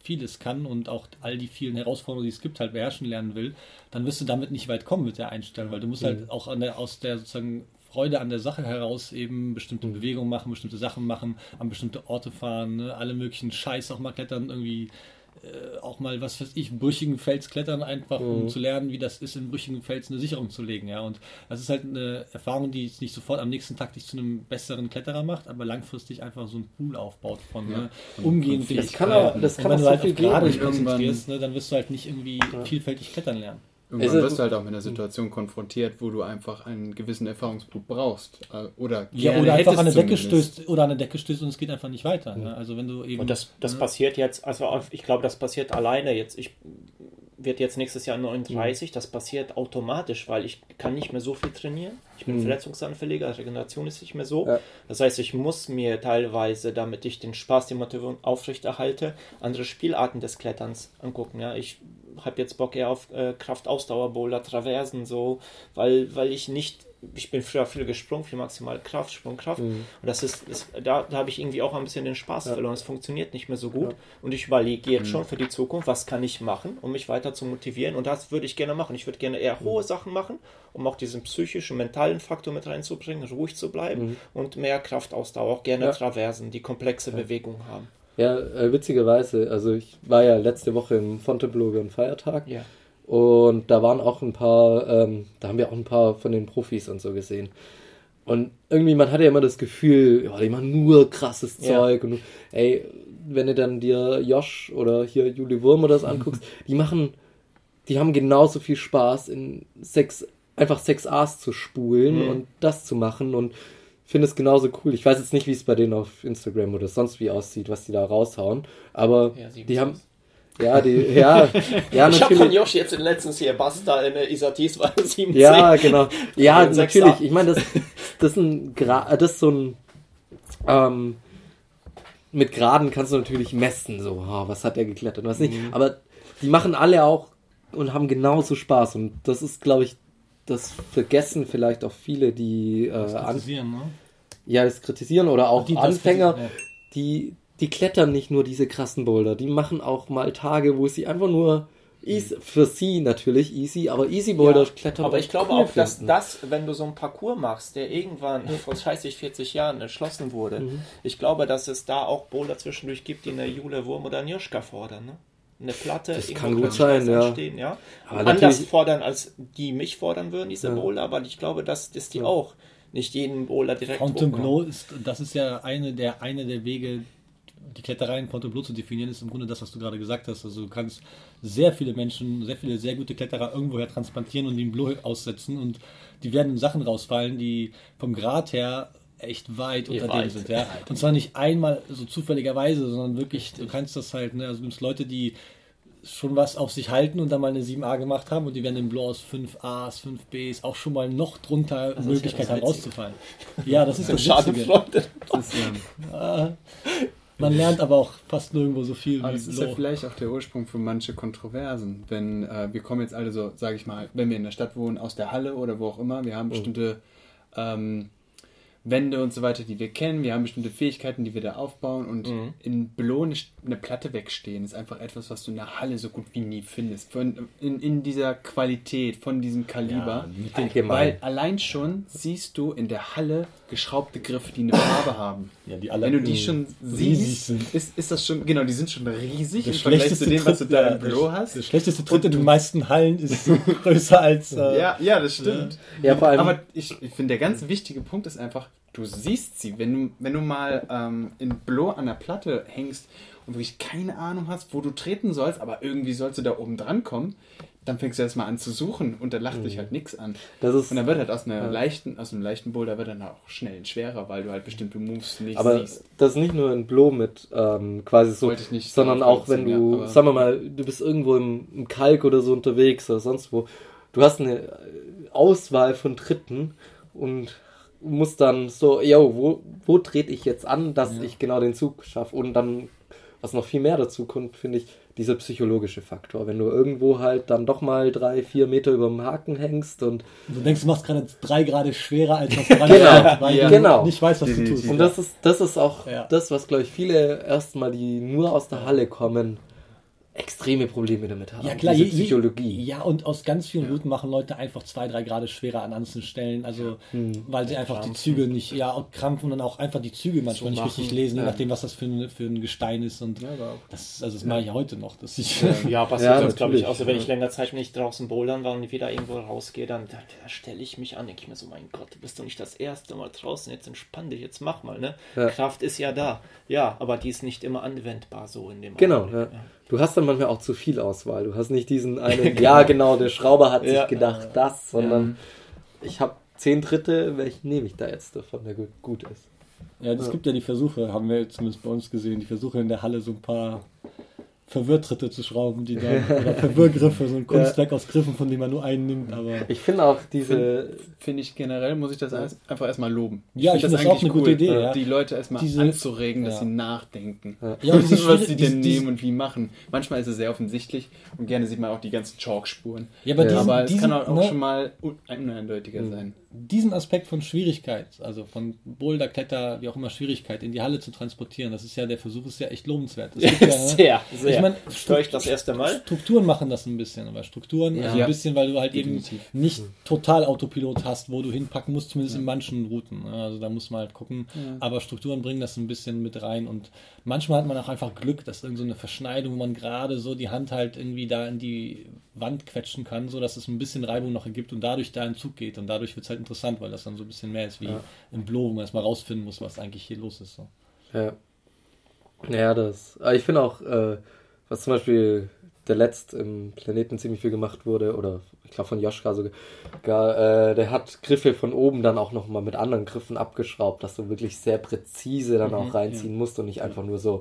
vieles kann und auch all die vielen Herausforderungen, die es gibt, halt beherrschen lernen will, dann wirst du damit nicht weit kommen mit der Einstellung, weil du musst halt auch aus der sozusagen Freude an der Sache heraus eben bestimmte Bewegungen machen, bestimmte Sachen machen, an bestimmte Orte fahren, ne? Alle möglichen Scheiß auch mal klettern, irgendwie auch mal, was weiß ich, brüchigen Fels klettern, einfach um zu lernen, wie das ist, in brüchigen Fels eine Sicherung zu legen, ja, und das ist halt eine Erfahrung, die nicht sofort am nächsten Tag dich zu einem besseren Kletterer macht, aber langfristig einfach so einen Pool aufbaut von Umgehen mit das kann auch wenn du halt auf gerade dich konzentrierst, ne, dann wirst du halt nicht irgendwie vielfältig klettern lernen. Irgendwann wirst du halt auch mit einer Situation konfrontiert, wo du einfach einen gewissen Erfahrungspunkt brauchst. Oder einfach an eine Decke stößt und es geht einfach nicht weiter. Ne? Also wenn du eben. Und das passiert jetzt, also ich glaube, das passiert alleine jetzt. Ich werde jetzt nächstes Jahr 39, das passiert automatisch, weil ich kann nicht mehr so viel trainieren. Ich bin verletzungsanfälliger, Regeneration ist nicht mehr so. Ja. Das heißt, ich muss mir teilweise, damit ich den Spaß, die Motivation aufrechterhalte, andere Spielarten des Kletterns angucken. Ja, ich habe jetzt Bock eher auf Kraft-Ausdauer-Boulder, Traversen, so, weil ich bin früher viel gesprungen, viel maximal Kraft, Sprungkraft. Und da habe ich irgendwie auch ein bisschen den Spaß verloren. Es funktioniert nicht mehr so gut. Ja. Und ich überlege jetzt schon für die Zukunft, was kann ich machen, um mich weiter zu motivieren. Und das würde ich gerne machen. Ich würde gerne eher hohe Sachen machen, um auch diesen psychischen, mentalen Faktor mit reinzubringen, ruhig zu bleiben und mehr Kraftausdauer, auch gerne Traversen, die komplexe Bewegung haben. Ja, witzigerweise, also ich war ja letzte Woche in Fontainebleau über einen Feiertag und da waren auch ein paar, da haben wir auch ein paar von den Profis und so gesehen. Und irgendwie, man hatte ja immer das Gefühl, die machen nur krasses Zeug und wenn du dann dir Josh oder hier Juli Wurm oder das anguckst, die haben genauso viel Spaß in 6 A's zu spulen und das zu machen und finde es genauso cool. Ich weiß jetzt nicht, wie es bei denen auf Instagram oder sonst wie aussieht, was die da raushauen, aber die haben... natürlich. Ich habe von Josh jetzt letztens hier Basta in der Isatis war 7C. Ja, genau. Ja, natürlich. Ich meine, das ist so ein mit Graden kannst du natürlich messen, so, was hat der geklettert und was nicht. Aber die machen alle auch und haben genauso Spaß und das ist, glaube ich, das vergessen vielleicht auch viele, die kritisieren, ne? Ja, das kritisieren oder auch Anfänger, die klettern nicht nur diese krassen Boulder, die machen auch mal Tage, wo sie einfach nur für sie natürlich easy, aber easy Boulder klettern. Aber ich glaube auch, dass das, wenn du so einen Parcours machst, der irgendwann vor 30, 40 Jahren erschlossen wurde, ich glaube, dass es da auch Boulder zwischendurch gibt, die eine Jule Wurm oder eine Joschka fordern, ne? Eine Platte, das kann gut sein, stehen, ja. Aber anders fordern, als die mich fordern würden, diese Boulder, aber ich glaube, dass die auch nicht jeden Boulder direkt Fontainebleau das ist ja eine der Wege, die Kletterei in Fontainebleau zu definieren, ist im Grunde das, was du gerade gesagt hast. Also du kannst sehr viele Menschen, sehr viele sehr gute Kletterer irgendwoher transplantieren und die in Blau aussetzen und die werden Sachen rausfallen, die vom Grad her echt weit unter dem sind. Ja? Und zwar nicht einmal so zufälligerweise, sondern wirklich, du kannst das halt, ne? Also du nimmst Leute, die schon was auf sich halten und dann mal eine 7a gemacht haben und die werden im Blau aus 5a's, 5b's auch schon mal noch drunter also Möglichkeit haben rauszufallen. Ja, das ist das Witzige. Man lernt aber auch fast nirgendwo so viel. Aber das ist ja vielleicht auch der Ursprung für manche Kontroversen. Wenn wir kommen jetzt alle so, sage ich mal, wenn wir in der Stadt wohnen, aus der Halle oder wo auch immer, wir haben bestimmte Wände und so weiter, die wir kennen, wir haben bestimmte Fähigkeiten, die wir da aufbauen und in Belohn eine Platte wegstehen ist einfach etwas, was du in der Halle so gut wie nie findest. In dieser Qualität, von diesem Kaliber. Ja, weil allein schon siehst du in der Halle geschraubte Griffe, die eine Farbe haben. Ja, die alle, wenn du die schon siehst, ist das schon, genau, die sind schon riesig im Vergleich zu dem, was du da im Büro hast. Der schlechteste Tritt in den meisten Hallen ist größer als... ja, das stimmt. Ja, vor allem, aber ich finde, der ganz wichtige Punkt ist einfach, du siehst sie, wenn du mal in Blau an der Platte hängst und wirklich keine Ahnung hast, wo du treten sollst, aber irgendwie sollst du da oben dran kommen, dann fängst du erstmal an zu suchen und da lacht dich halt nichts an. Und dann wird halt aus einem leichten Boulder wird dann auch schnell schwerer, weil du halt bestimmte Moves nicht aber siehst. Aber das ist nicht nur in Blau mit quasi so, sondern auch wenn du, sagen wir mal, du bist irgendwo im Kalk oder so unterwegs oder sonst wo, du hast eine Auswahl von Tritten und muss dann so, wo trete ich jetzt an, dass ich genau den Zug schaffe. Und dann, was noch viel mehr dazu kommt, finde ich, dieser psychologische Faktor. Wenn du irgendwo halt dann doch mal 3-4 Meter über dem Haken hängst und du denkst, du machst gerade 3 Grad schwerer, als was dran ist, weil du nicht weißt, was du tust. Und das ist auch das, was, glaube ich, viele erstmal, die nur aus der Halle kommen, extreme Probleme damit haben. Ja, klar, diese Psychologie. Ja, und aus ganz vielen Routen machen Leute einfach 2-3 Grad schwerer an einzelnen Stellen, also weil sie einfach die Züge nicht, und krampfen und dann auch einfach die Züge manchmal nicht richtig lesen, je nachdem, was das für ein Gestein ist. Und das mache ich ja heute noch. Dass ich passiert das, glaube ich, auch so, wenn ich länger Zeit nicht draußen bouldern war und wieder irgendwo rausgehe, dann da stelle ich mich an, denke ich mir so, mein Gott, du bist doch nicht das erste Mal draußen, jetzt entspann dich, jetzt mach mal, ne? Ja. Kraft ist ja da. Ja, aber die ist nicht immer anwendbar so in dem Augenblick. Ja. Du hast dann manchmal auch zu viel Auswahl. Du hast nicht diesen einen, der Schrauber hat sich gedacht, das, sondern ich habe 10 Tritte, welchen nehme ich da jetzt davon, der gut ist. Ja, es gibt ja die Versuche, haben wir zumindest bei uns gesehen, die Versuche in der Halle so ein paar Verwirrtritte zu schrauben, die dann, oder Verwirrgriffe, so ein Kunstwerk aus Griffen, von dem man nur einen nimmt, aber... Ich finde auch Finde ich generell, muss ich das einfach erstmal loben. Ja, ich finde das auch eine gute Idee. Die Leute erstmal anzuregen, dass sie nachdenken. Ja, und was sie denn nehmen und wie machen. Manchmal ist es sehr offensichtlich und gerne sieht man auch die ganzen Chalkspuren. Ja, aber es kann auch schon mal uneindeutiger sein. Diesen Aspekt von Schwierigkeit, also von Boulder, Kletter, wie auch immer Schwierigkeit, in die Halle zu transportieren, der Versuch ist ja echt lobenswert. Sehr. Ich meine, das erste Mal. Strukturen machen das ein bisschen, aber Strukturen, ein bisschen, weil du halt definitiv eben nicht total Autopilot hast, wo du hinpacken musst, zumindest in manchen Routen. Also da muss man halt gucken. Aber Strukturen bringen das ein bisschen mit rein und manchmal hat man auch einfach Glück, dass irgend so eine Verschneidung, wo man gerade so die Hand halt irgendwie da in die Wand quetschen kann, so dass es ein bisschen Reibung noch ergibt und dadurch da ein Zug geht und dadurch wird es halt interessant, weil das dann so ein bisschen mehr ist wie im Blo, wo man erstmal rausfinden muss, was eigentlich hier los ist. So. Ja, aber ich finde auch, was zum Beispiel der letzt im Planeten ziemlich viel gemacht wurde, oder ich glaube von Joschka sogar, der hat Griffe von oben dann auch nochmal mit anderen Griffen abgeschraubt, dass du wirklich sehr präzise dann auch reinziehen musst und nicht einfach nur so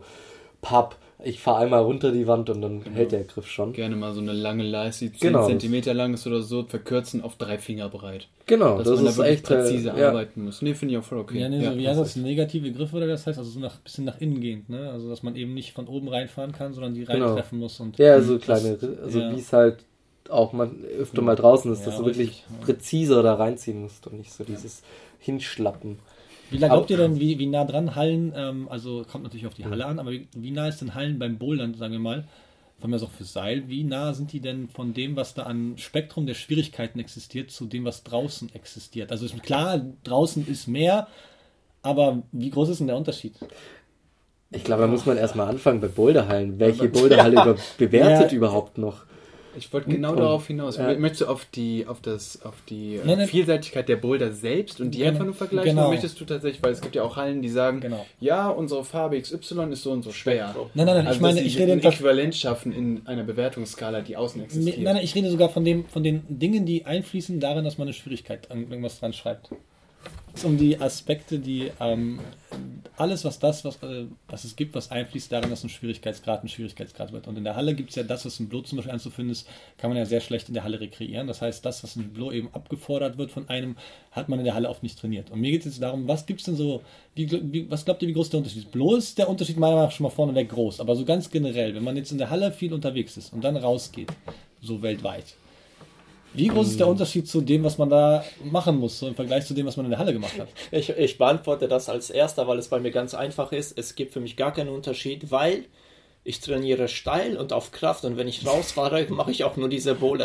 ich fahre einmal runter die Wand und dann hält der Griff schon. Gerne mal so eine lange Leiste, die 10 Zentimeter lang ist oder so, verkürzen auf 3 Finger breit. Genau, dass das man ist da echt präzise arbeiten muss. Nee, finde ich auch voll okay. Wie heißt das? Negative Griffe oder das heißt? Also so ein bisschen nach innen gehend, ne? Also dass man eben nicht von oben reinfahren kann, sondern die reintreffen muss. Und so kleine, wie es halt auch man öfter mal draußen ist, dass du wirklich präziser da reinziehen musst und nicht so dieses Hinschlappen. Wie lange glaubt ihr denn, wie nah dran Hallen, also kommt natürlich auf die Halle an, aber wie nah ist denn Hallen beim Bouldern, sagen wir mal, von mir aus auch für Seil, wie nah sind die denn von dem, was da an Spektrum der Schwierigkeiten existiert, zu dem, was draußen existiert? Also ist klar, draußen ist mehr, aber wie groß ist denn der Unterschied? Ich glaube, da muss man erstmal anfangen bei Boulderhallen. Welche Boulderhalle bewertet überhaupt noch? Ich wollte genau darauf hinaus. Möchtest du auf die Vielseitigkeit der Boulder selbst und die einfach nur vergleichen? Oder möchtest du tatsächlich, weil es gibt ja auch Hallen, die sagen, unsere Farbe XY ist so und so schwer. Nein, also ich meine, ich rede ein Äquivalent schaffen in einer Bewertungsskala, die außen existiert. Nein, ich rede sogar von den Dingen, die einfließen darin, dass man eine Schwierigkeit an irgendwas dran schreibt. Um die Aspekte, die alles, was es gibt, was einfließt darin, dass ein Schwierigkeitsgrad wird. Und in der Halle gibt es ja das, was im Blo zum Beispiel anzufinden ist, kann man ja sehr schlecht in der Halle rekreieren. Das heißt, das, was im Blo eben abgefordert wird von einem, hat man in der Halle oft nicht trainiert. Und mir geht es jetzt darum, was gibt es denn so, was glaubt ihr, wie groß der Unterschied ist? Blo ist der Unterschied meiner Meinung nach schon mal vorneweg groß, aber so ganz generell, wenn man jetzt in der Halle viel unterwegs ist und dann rausgeht, so weltweit, wie groß ist der Unterschied zu dem, was man da machen muss, so im Vergleich zu dem, was man in der Halle gemacht hat? Ich beantworte das als erster, weil es bei mir ganz einfach ist. Es gibt für mich gar keinen Unterschied, weil ich trainiere steil und auf Kraft und wenn ich rausfahre, mache ich auch nur diese Boulder.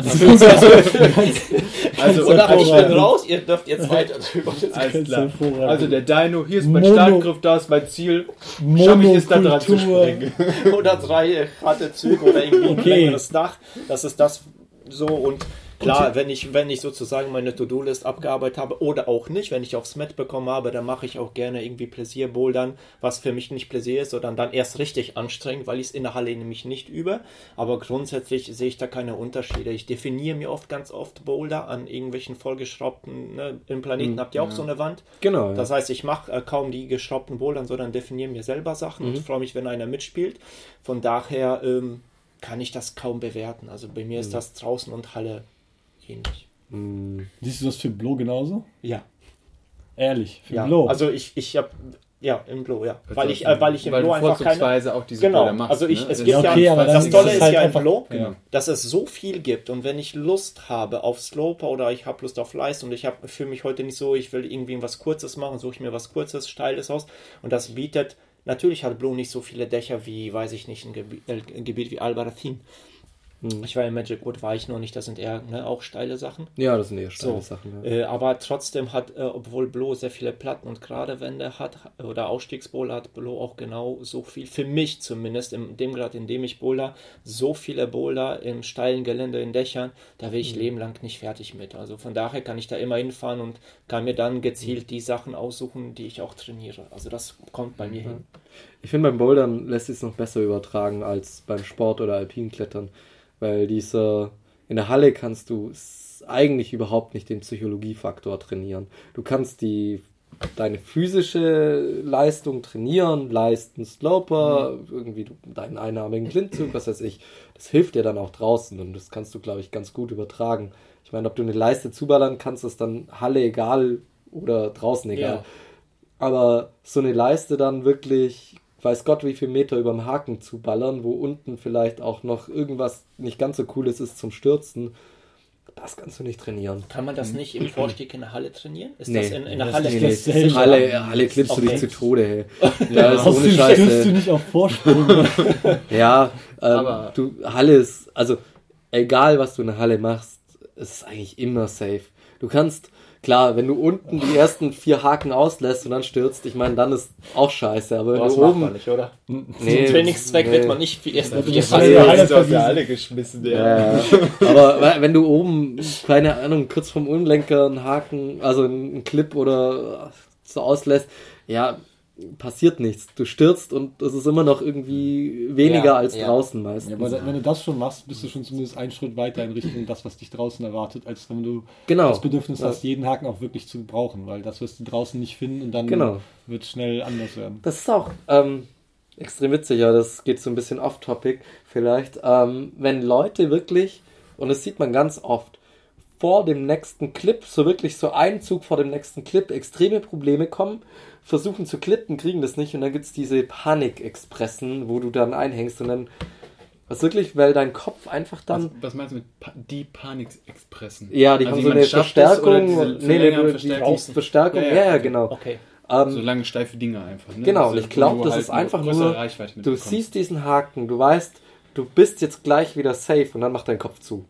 Oder ich bin raus, ihr dürft jetzt weiter drüber. Alles klar. Also der Dino, hier ist mein Startgriff, da ist mein Ziel. Schaffe ich es da dran zu springen. Oder 3 harte Züge oder irgendwie ein längeres Dach. Das ist das so und klar, wenn ich sozusagen meine To-Do-List abgearbeitet habe oder auch nicht, wenn ich aufs Mat bekommen habe, dann mache ich auch gerne irgendwie Pläsier-Bouldern, was für mich nicht Pläsier ist, sondern dann erst richtig anstrengend, weil ich es in der Halle nämlich nicht übe. Aber grundsätzlich sehe ich da keine Unterschiede. Ich definiere mir ganz oft Boulder an irgendwelchen vollgeschraubten, im Planeten habt ihr auch so eine Wand. Genau. Das heißt, ich mache kaum die geschraubten Bouldern, sondern definiere mir selber Sachen und freue mich, wenn einer mitspielt. Von daher kann ich das kaum bewerten. Also bei mir ist das draußen und Halle ähnlich. Siehst du das für Blo genauso? Ja. Ehrlich, für Blo? Also ich habe, im Blo, ja. Weil ich im Blo einfach keine... auch diese Bilder machst. Also es gibt aber das Tolle ist halt ja im Blo, genau, dass es so viel gibt und wenn ich Lust habe auf Sloper oder ich habe Lust auf Leistung und ich fühle mich heute nicht so, ich will irgendwie was Kurzes machen, suche ich mir was Kurzes, Steiles aus und das bietet natürlich hat Blue nicht so viele Dächer wie, weiß ich nicht, ein Gebiet wie Albarracín. Ich war in Magic Wood, war ich noch nicht, das sind eher auch steile Sachen. Ja, das sind eher steile Sachen. Ja. Aber trotzdem hat, obwohl Blue sehr viele Platten und gerade Wände hat, oder Ausstiegsboulder, hat Blue auch genau so viel, für mich zumindest, in dem Grad, in dem ich boulder, so viele Boulder im steilen Gelände, in Dächern, da will ich lebenlang nicht fertig mit. Also von daher kann ich da immer hinfahren und kann mir dann gezielt die Sachen aussuchen, die ich auch trainiere. Also das kommt bei mir hin. Ich finde, beim Bouldern lässt sich es noch besser übertragen als beim Sport- oder Alpinklettern. Weil in der Halle kannst du eigentlich überhaupt nicht den Psychologiefaktor trainieren. Du kannst deine physische Leistung trainieren, leisten Sloper, irgendwie deinen einarmigen Klinzug, was weiß ich. Das hilft dir dann auch draußen und das kannst du, glaube ich, ganz gut übertragen. Ich meine, ob du eine Leiste zuballern kannst, ist dann Halle egal oder draußen egal. Ja. Aber so eine Leiste dann wirklich, weiß Gott, wie viel Meter über dem Haken zu ballern, wo unten vielleicht auch noch irgendwas nicht ganz so Cooles ist zum Stürzen, das kannst du nicht trainieren. Kann man das nicht im Vorstieg in der Halle trainieren? Ist nee, das in der Halle? Halle klippst du dich zu Tode, hey. Ja, ist ohne Scheiße. Stürzt du nicht auf Vorsprung. Ja, aber Halle ist, also egal was du in der Halle machst, es ist eigentlich immer safe. Du kannst, klar, wenn du unten die ersten 4 Haken auslässt und dann stürzt, ich meine, dann ist auch scheiße, aber wenn du oben... macht man nicht, oder? Nee, zum Trainingszweck wird man nicht die ersten 4 Haken aus der Halle geschmissen. Ja. Aber wenn du oben, keine Ahnung, kurz vom Umlenker einen Haken, also einen Clip oder so auslässt, ja, passiert nichts. Du stürzt und es ist immer noch irgendwie weniger als draußen meistens. Ja, aber wenn du das schon machst, bist du schon zumindest einen Schritt weiter in Richtung das, was dich draußen erwartet, als wenn du das Bedürfnis hast, jeden Haken auch wirklich zu brauchen, weil das wirst du draußen nicht finden und dann wird es schnell anders werden. Das ist auch extrem witzig, ja, das geht so ein bisschen off-topic vielleicht. Wenn Leute wirklich, und das sieht man ganz oft, vor dem nächsten Clip, so wirklich so einen Zug vor dem nächsten Clip, extreme Probleme kommen, versuchen zu klippen, kriegen das nicht und dann gibt es diese Panik-Expressen, wo du dann einhängst und dann, was wirklich, weil dein Kopf einfach dann... Was meinst du mit die Panik-Expressen? Ja, die haben so eine Verstärkung, die Verstärkung, ja, genau. Okay. So lange steife Dinge einfach. Ne? Genau, und ich glaube, das ist einfach nur, du siehst diesen Haken, du weißt, du bist jetzt gleich wieder safe und dann macht dein Kopf zu.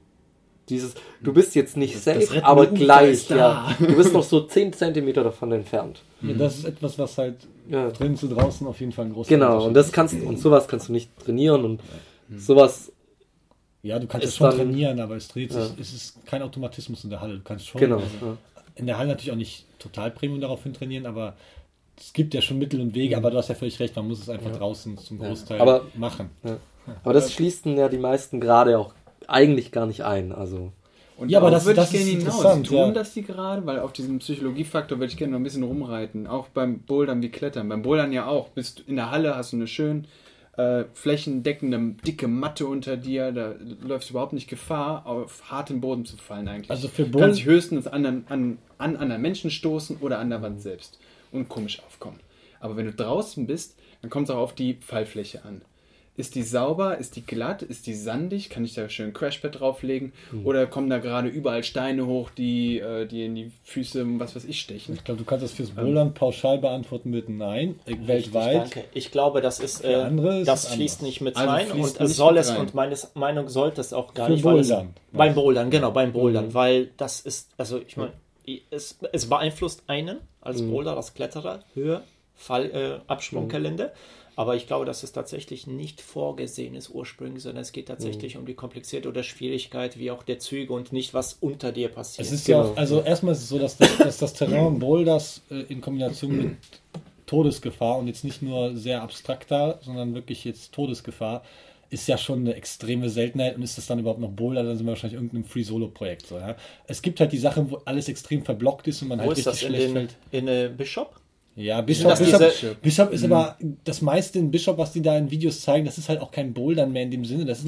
Du bist jetzt nicht safe, aber gleich, ja. Du bist noch so 10 Zentimeter davon entfernt. Ja, das ist etwas, was halt drinnen zu draußen auf jeden Fall ein großer Genau, und sowas kannst du nicht trainieren und sowas. Ja, du kannst es schon trainieren, aber es ist kein Automatismus in der Halle. Du kannst schon in der Halle natürlich auch nicht total Premium darauf hin trainieren, aber es gibt ja schon Mittel und Wege, aber du hast ja völlig recht, man muss es einfach draußen zum Großteil machen. Ja. Aber das schließen ja die meisten gerade auch eigentlich gar nicht ein, also. Und ja, aber das würde ich gerne hinaus. Tun das die gerade? Weil auf diesem Psychologiefaktor würde ich gerne noch ein bisschen rumreiten. Auch beim Bouldern wie Klettern. Beim Bouldern ja auch. Bist du in der Halle, hast du eine schön flächendeckende, dicke Matte unter dir. Da läufst du überhaupt nicht Gefahr, auf harten Boden zu fallen eigentlich. Also für du kannst dich höchstens an anderen Menschen stoßen oder an der Wand selbst und komisch aufkommen. Aber wenn du draußen bist, dann kommt es auch auf die Fallfläche an. Ist die sauber? Ist die glatt? Ist die sandig? Kann ich da schön ein Crashpad drauflegen? Oder kommen da gerade überall Steine hoch, die in die Füße, was weiß ich, stechen? Ich glaube, du kannst das fürs Bouldern pauschal beantworten mit Nein. Weltweit. Danke. Ich glaube, das ist das fließt nicht mit rein und es soll es und meine Meinung sollte es auch gar nicht. Beim Bouldern, weil das ist, also ich meine, es beeinflusst einen als Boulder, als Kletterer, Höhe, Absprunggelände. Aber ich glaube, dass es tatsächlich nicht vorgesehen ist ursprünglich, sondern es geht tatsächlich um die Komplexität oder Schwierigkeit, wie auch der Züge und nicht, was unter dir passiert. Es ist ja auch, also erstmal ist es so, dass das Terrain Boulders in Kombination mit Todesgefahr und jetzt nicht nur sehr abstrakter, sondern wirklich jetzt Todesgefahr, ist ja schon eine extreme Seltenheit und ist das dann überhaupt noch Boulder, dann sind wir wahrscheinlich irgendeinem Free-Solo-Projekt. So, ja? Es gibt halt die Sachen, wo alles extrem verblockt ist und man halt richtig schlecht fällt. In Bishop? Ja, Bishop ist aber das meiste in Bishop, was die da in Videos zeigen, das ist halt auch kein Bouldern mehr in dem Sinne, das sind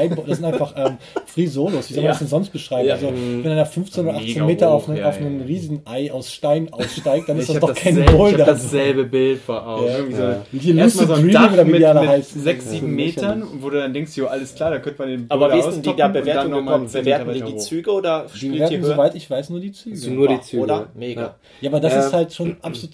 einfach Free Solos, wie soll man das denn sonst beschreiben? Ja. Also wenn einer 15 oder 18 Meter auf einen Riesenei aus Stein aussteigt, dann ist das doch kein Bouldern. Ich habe dasselbe Bild vor Augen. Ja. Erstmal so ein Dach mit 6, 7 Metern, wo du dann denkst, jo, alles klar, da könnte man den Boulder austoppen. Aber wie ist denn die da Bewertung bekommen? Bewerten die Züge oder spielt die Höhe? Soweit ich weiß, nur die Züge. Nur die Züge. Oder? Mega. Ja, aber das ist halt schon absolute Grenze.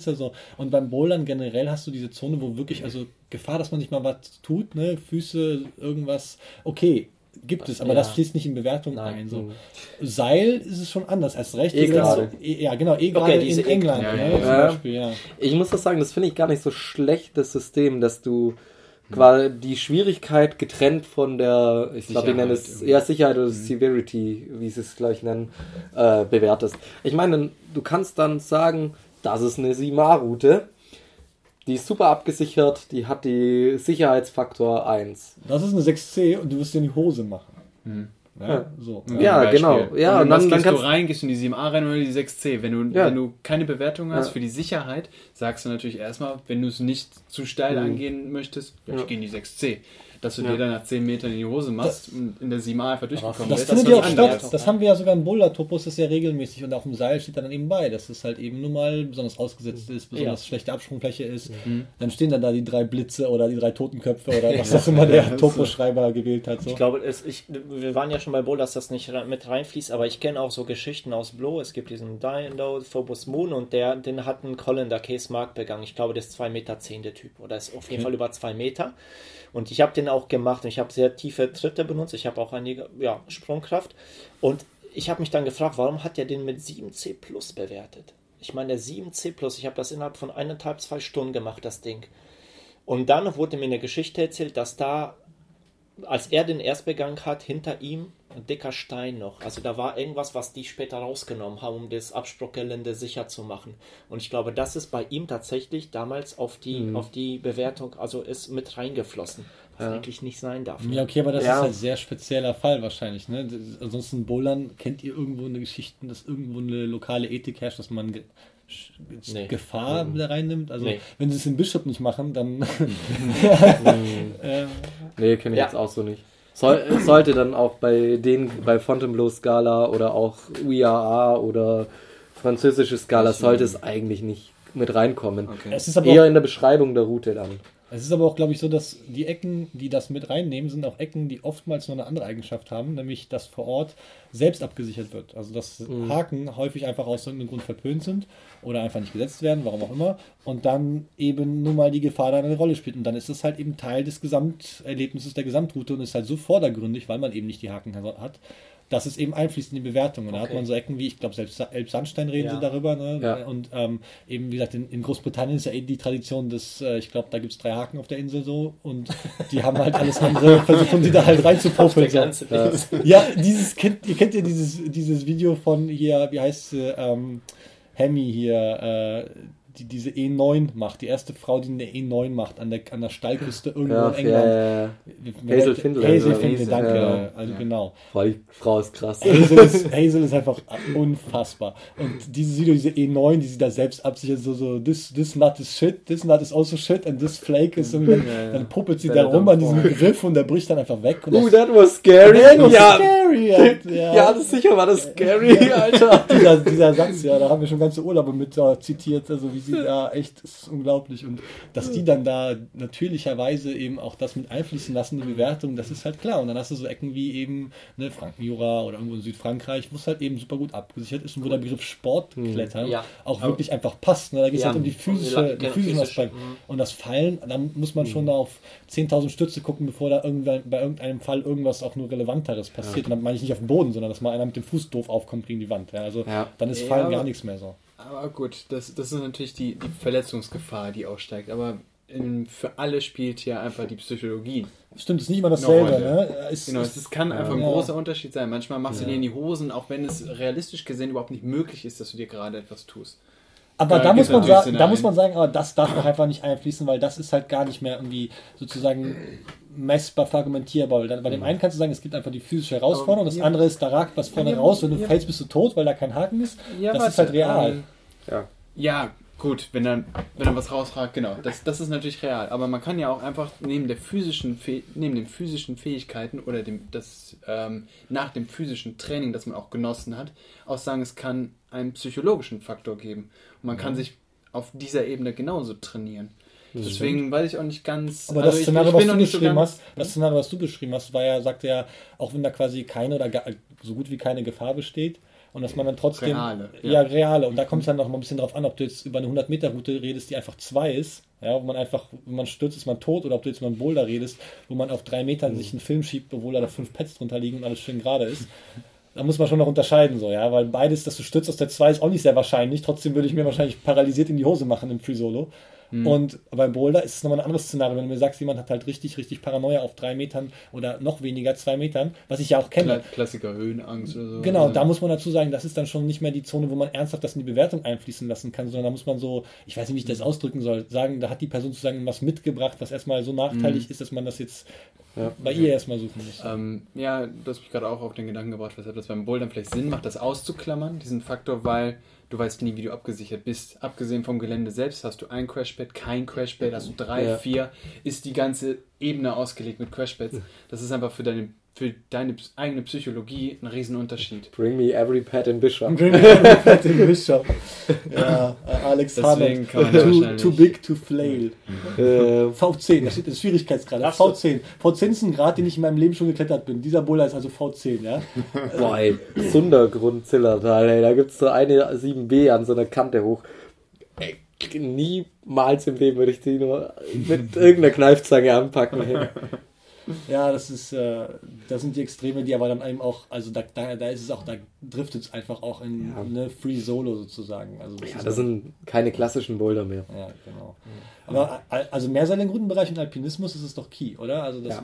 Blitze, so. Und beim Bouldern generell hast du diese Zone, wo wirklich, also Gefahr, dass man nicht mal was tut, ne, Füße, irgendwas, okay, gibt es, aber das fließt nicht in Bewertung ein. So. Seil ist es schon anders, erst recht. Gerade. Ja, genau, gerade in England. Zum Beispiel, ja. Ich muss das sagen, das finde ich gar nicht so schlecht, das System, dass du quasi die Schwierigkeit getrennt von der, ich glaube, ich nenne es Sicherheit oder Severity, wie sie es gleich nennen, bewertest. Ich meine, du kannst dann sagen, das ist eine Simar-Route, die ist super abgesichert, die hat die Sicherheitsfaktor 1. Das ist eine 6C und du wirst dir in die Hose machen. Ja, so. Ja, genau. Ja, und dann gehst du rein, gehst du in die 7a rein oder die 6C. Wenn du keine Bewertung hast für die Sicherheit, sagst du natürlich erstmal, wenn du es nicht zu steil angehen möchtest, ich gehe in die 6C. Dass du dir dann nach 10 Metern in die Hose machst und in der 7a einfach durchgekommen bist. Das findet ja auch statt. Das haben wir ja sogar im Boulder-Topos, das ist ja regelmäßig und auf dem Seil steht dann eben bei, dass es halt eben nun mal besonders ausgesetzt ist, besonders schlechte Absprungfläche ist. Dann stehen dann da die 3 Blitze oder die 3 Totenköpfe oder was auch immer der Topo-Schreiber gewählt hat. So. Ich glaube, wir waren ja schon bei Boulder, dass das nicht mit reinfließt, aber ich kenne auch so Geschichten aus Blow. Es gibt diesen Dino Phobos Moon und den hat ein Colin der Case Mark begangen. Ich glaube, der ist 2,10 Meter der Typ oder ist auf jeden Fall über 2 Meter. Und ich habe den auch gemacht und ich habe sehr tiefe Tritte benutzt. Ich habe auch einige Sprungkraft. Und ich habe mich dann gefragt, warum hat der den mit 7C Plus bewertet? Ich meine, der 7C Plus, ich habe das innerhalb von 1,5-2 Stunden gemacht, das Ding. Und dann wurde mir eine Geschichte erzählt, dass da, als er den erst begangen hat, hinter ihm ein dicker Stein noch. Also da war irgendwas, was die später rausgenommen haben, um das Absprunggelände sicher zu machen. Und ich glaube, das ist bei ihm tatsächlich damals auf die Bewertung, also ist mit reingeflossen, was eigentlich nicht sein darf. Ja, okay, aber das ist halt ein sehr spezieller Fall wahrscheinlich. Ne? Ansonsten Bouldern, kennt ihr irgendwo eine Geschichte, dass irgendwo eine lokale Ethik herrscht, dass man Gefahr da reinnimmt? Also wenn sie es in Bishop nicht machen, dann... Nee, kenne ich jetzt auch so nicht. Sollte dann auch bei Fontainebleau-Skala oder auch UIAA oder französische Skala, sollte es eigentlich nicht mit reinkommen. Okay. Es ist aber eher in der Beschreibung der Route dann. Es ist aber auch, glaube ich, so, dass die Ecken, die das mit reinnehmen, sind auch Ecken, die oftmals noch eine andere Eigenschaft haben, nämlich dass vor Ort selbst abgesichert wird. Also dass Haken häufig einfach aus irgendeinem Grund verpönt sind oder einfach nicht gesetzt werden, warum auch immer, und dann eben nur mal die Gefahr da eine Rolle spielt. Und dann ist es halt eben Teil des Gesamterlebnisses der Gesamtroute und ist halt so vordergründig, weil man eben nicht die Haken hat, dass es eben einfließt in die Bewertung. Und da hat man so Ecken wie, ich glaube, selbst Elbsandstein reden sie darüber. Ne? Ja. Und eben, wie gesagt, in Großbritannien ist ja die Tradition des, ich glaube, da gibt es 3 Haken auf der Insel so und die haben halt alles andere, versuchen sie da halt reinzupuffeln. So. Ja, ihr kennt ja dieses Video von hier, wie heißt sie, Hemi hier, die diese E9 macht, die erste Frau, die eine E9 macht an der Steilküste irgendwo in England. Hazel Findlay, danke. Ja. Also genau. Die Frau ist krass. Hazel ist einfach unfassbar. Und dieses Video, diese E9, die sie da selbst absichert, so this nut is shit, this nut is also shit and this flake is irgendwie, dann puppelt sie da rum an diesem Griff und der bricht dann einfach weg. Und that was scary. Scary. Ja, das sicher war das scary, Alter. Dieser Satz, da haben wir schon ganze Urlaube mit zitiert, also wie sie da echt, das ist unglaublich. Und dass die dann da natürlicherweise eben auch das mit einfließen lassen, die Bewertung, das ist halt klar. Und dann hast du so Ecken wie eben Frankenjura oder irgendwo in Südfrankreich, wo es halt eben super gut abgesichert ist und wo der Begriff Sportklettern auch wirklich einfach passt. Ne? Da geht es halt um die physischen Aspekte. Und das Fallen, dann muss man schon da auf 10.000 Stütze gucken, bevor da bei irgendeinem Fall irgendwas auch nur Relevanteres passiert. Und dann meine ich nicht auf dem Boden, sondern dass mal einer mit dem Fuß doof aufkommt gegen die Wand. Ja? Also dann ist Fallen gar nichts mehr so. Aber gut, das ist natürlich die Verletzungsgefahr, die aussteigt. Aber für alle spielt hier einfach die Psychologie. Stimmt, es ist nicht immer dasselbe. Ne? Es kann einfach ein großer Unterschied sein. Manchmal machst du dir in die Hosen, auch wenn es realistisch gesehen überhaupt nicht möglich ist, dass du dir gerade etwas tust. Aber da muss man sagen, aber das darf doch einfach nicht einfließen, weil das ist halt gar nicht mehr irgendwie sozusagen messbar, verargumentierbar. Bei dem einen kannst du sagen, es gibt einfach die physische Herausforderung, das andere ist, da ragt was vorne raus, wenn du fällst, bist du tot, weil da kein Haken ist. Das ist halt real. Ja, gut, wenn dann was rausragt, genau, das ist natürlich real. Aber man kann ja auch einfach neben den physischen Fähigkeiten oder nach dem physischen Training, das man auch genossen hat, auch sagen, es kann einen psychologischen Faktor geben. Und man kann sich auf dieser Ebene genauso trainieren. Deswegen weiß ich auch nicht ganz... Aber das Szenario, was du beschrieben hast, sagte ja, auch wenn da quasi keine oder so gut wie keine Gefahr besteht, und dass man dann trotzdem... Reale. Und da kommt es dann noch mal ein bisschen drauf an, ob du jetzt über eine 100-Meter-Route redest, die einfach 2 ist, ja, wo man einfach, wenn man stürzt, ist man tot, oder ob du jetzt über einen Boulder redest, wo man auf 3 Metern sich einen Film schiebt, obwohl da 5 Pads drunter liegen und alles schön gerade ist. Da muss man schon noch unterscheiden, so, ja, weil beides, dass du stürzt aus der 2, ist auch nicht sehr wahrscheinlich. Trotzdem würde ich mir wahrscheinlich paralysiert in die Hose machen im Free Solo. Und beim Boulder ist es nochmal ein anderes Szenario. Wenn du mir sagst, jemand hat halt richtig, richtig Paranoia auf 3 Metern oder noch weniger, 2 Metern, was ich ja auch kenne. Klassiker Höhenangst oder so. Genau, da muss man dazu sagen, das ist dann schon nicht mehr die Zone, wo man ernsthaft das in die Bewertung einfließen lassen kann, sondern da muss man so, ich weiß nicht, wie ich das ausdrücken soll, sagen, da hat die Person sozusagen was mitgebracht, was erstmal so nachteilig ist, dass man das jetzt bei ihr erstmal suchen muss. Ja, du hast mich gerade auch auf den Gedanken gebracht, weshalb das beim Bouldern vielleicht Sinn macht, das auszuklammern, diesen Faktor, weil du weißt nie, wie du abgesichert bist. Abgesehen vom Gelände selbst hast du ein Crashpad, kein Crashpad, hast du 3, 4, ist die ganze Ebene ausgelegt mit Crashpads. Das ist einfach für deine eigene Psychologie ein Riesenunterschied. Bring me every pad in Bishop. Bring me every pad in Bishop. Ja, Alex Deswegen Hanert. Too big to flail. V10, da steht das Schwierigkeitsgrad. V10. V10 ist ein Grad, den ich in meinem Leben schon geklettert bin. Dieser Boulder ist also V10, ja. Boah, ey, Sundergrund-Zillertal, ey, da gibt's so eine 7B an so einer Kante hoch. Ey, niemals im Leben würde ich die nur mit irgendeiner Kneifzange anpacken. Ey. Ja, das sind die Extreme, die aber dann eben auch, also da ist es auch, da driftet es einfach auch in eine Free Solo sozusagen. Also das sind keine klassischen Boulder mehr. Ja, genau. Aber also Mehrseil-Routenbereich und Alpinismus ist es doch key, oder? Also das,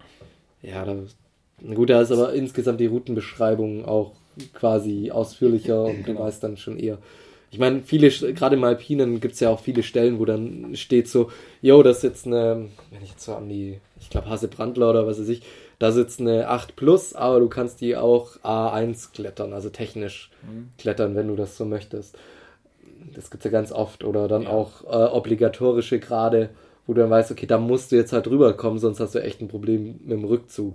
gut, da ist aber insgesamt die Routenbeschreibung auch quasi ausführlicher und du weißt dann schon eher. Ich meine, gerade im Alpinen gibt es ja auch viele Stellen, wo dann steht so, das ist jetzt eine, wenn ich jetzt so an die, ich glaube Hasse Brandler oder was weiß ich, da sitzt eine 8+, aber du kannst die auch A1 klettern, also technisch klettern, wenn du das so möchtest. Das gibt es ja ganz oft. Oder dann auch obligatorische Grade, wo du dann weißt, okay, da musst du jetzt halt rüberkommen, sonst hast du echt ein Problem mit dem Rückzug.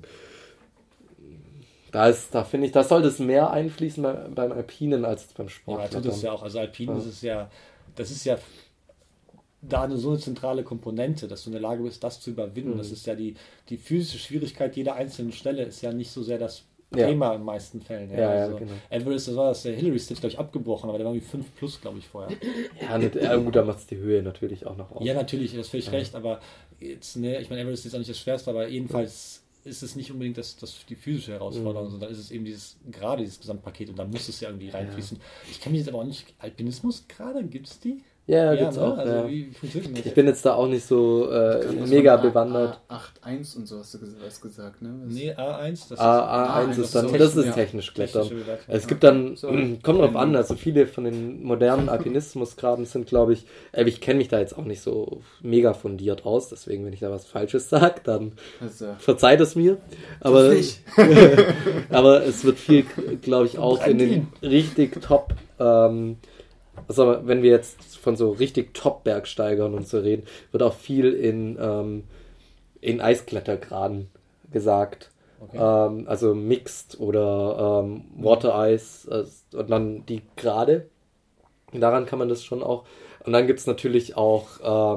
Da finde ich, da sollte es mehr einfließen beim Alpinen als beim Sport. Ja, tut es ja auch. Also Alpinen ist das ist ja da so eine zentrale Komponente, dass du in der Lage bist, das zu überwinden. Das ist ja die physische Schwierigkeit jeder einzelnen Stelle ist ja nicht so sehr das Thema in den meisten Fällen. Ja, genau. Everest, das war das, der Hillary Stiff, glaube ich, abgebrochen, aber der war irgendwie 5+, glaube ich, vorher. Ja, gut, da macht es die Höhe natürlich auch noch aus. Ja, natürlich, das ist völlig recht, aber jetzt, ich meine, Everest ist jetzt auch nicht das Schwerste, aber jedenfalls ist es nicht unbedingt die physische Herausforderung, sondern ist es eben dieses Gesamtpaket und da muss es ja irgendwie reinfließen. Ich kann mich jetzt aber auch nicht, Alpinismus gerade, gibt es die? Ja, gibt's auch. Also wie funktioniert das? Ich bin jetzt da auch nicht so mega bewandert. A8-1 und so hast du gesagt, ne? Nee, A1. A1 ist dann, das ist technisch Klettern. Es gibt dann, kommt drauf an, also viele von den modernen Alpinismusgraden sind, glaube ich kenne mich da jetzt auch nicht so mega fundiert aus, deswegen, wenn ich da was Falsches sage, dann verzeiht es mir. Aber, aber es wird viel, glaube ich, auch in den richtig top, also wenn wir jetzt von so richtig Top-Bergsteigern und so reden, wird auch viel in Eisklettergraden gesagt. Okay. Also Mixed oder Water Ice und dann die Grade. Daran kann man das schon auch. Und dann gibt es natürlich auch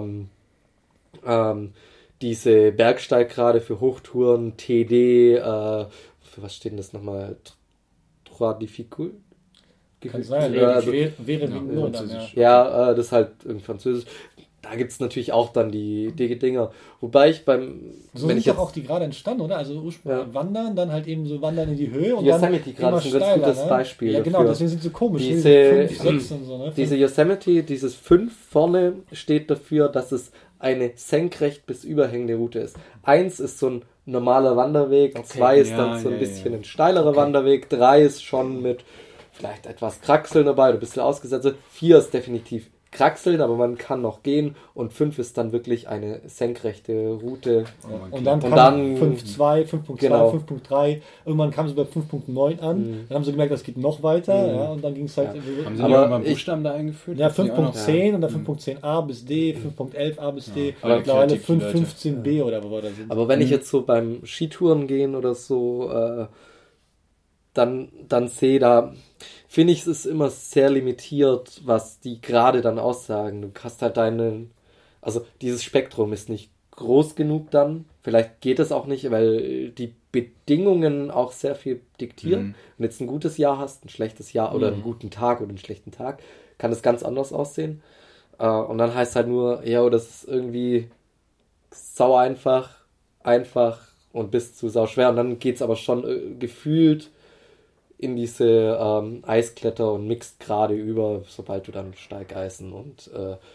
diese Bergsteiggrade für Hochtouren, TD, für was steht denn das nochmal? Trois Difficult? Kann sein, wäre wegen nur Französisch. Ja, das ist halt irgendwie Französisch. Da gibt es natürlich auch dann die Dinger. Wobei ich so sind doch auch die gerade entstanden, oder? Also ursprünglich wandern, dann halt eben so wandern in die Höhe und Yosemite dann immer steiler. Ein gutes Beispiel ja, genau, dafür. deswegen sind sie so komisch. Diese 5, 6 und so, ne? Diese Yosemite, dieses 5 vorne steht dafür, dass es eine senkrecht bis überhängende Route ist. 1 ist so ein normaler Wanderweg, 2 ist dann so ein bisschen ein steilerer Wanderweg, 3 ist schon mit vielleicht etwas Kraxeln dabei, ein bisschen ausgesetzt. 4 ist definitiv Kraxeln, aber man kann noch gehen. Und 5 ist dann wirklich eine senkrechte Route. Und dann 5.2, 5.2, genau. 5.3. Irgendwann kam es bei 5.9 an. Dann haben sie gemerkt, das geht noch weiter. Ja, und dann ging es halt... Ja. Haben sie aber mal Buchstaben da eingeführt? Ja, 5.10 und dann 5.10a bis D, 5.11a bis D. Aber mittlerweile 5.15b oder wo wir da sind. Aber wenn ich jetzt so beim Skitouren gehen oder so... dann sehe da, finde ich, es ist immer sehr limitiert, was die gerade dann aussagen. Du hast halt also dieses Spektrum ist nicht groß genug dann. Vielleicht geht es auch nicht, weil die Bedingungen auch sehr viel diktieren. Wenn du jetzt ein gutes Jahr hast, ein schlechtes Jahr oder einen guten Tag oder einen schlechten Tag, kann das ganz anders aussehen. Und dann heißt halt nur, ja, das ist irgendwie sau einfach und bis zu sau schwer. Und dann geht es aber schon gefühlt in diese Eiskletter- und Mixed-Grade über, sobald du dann Steigeisen und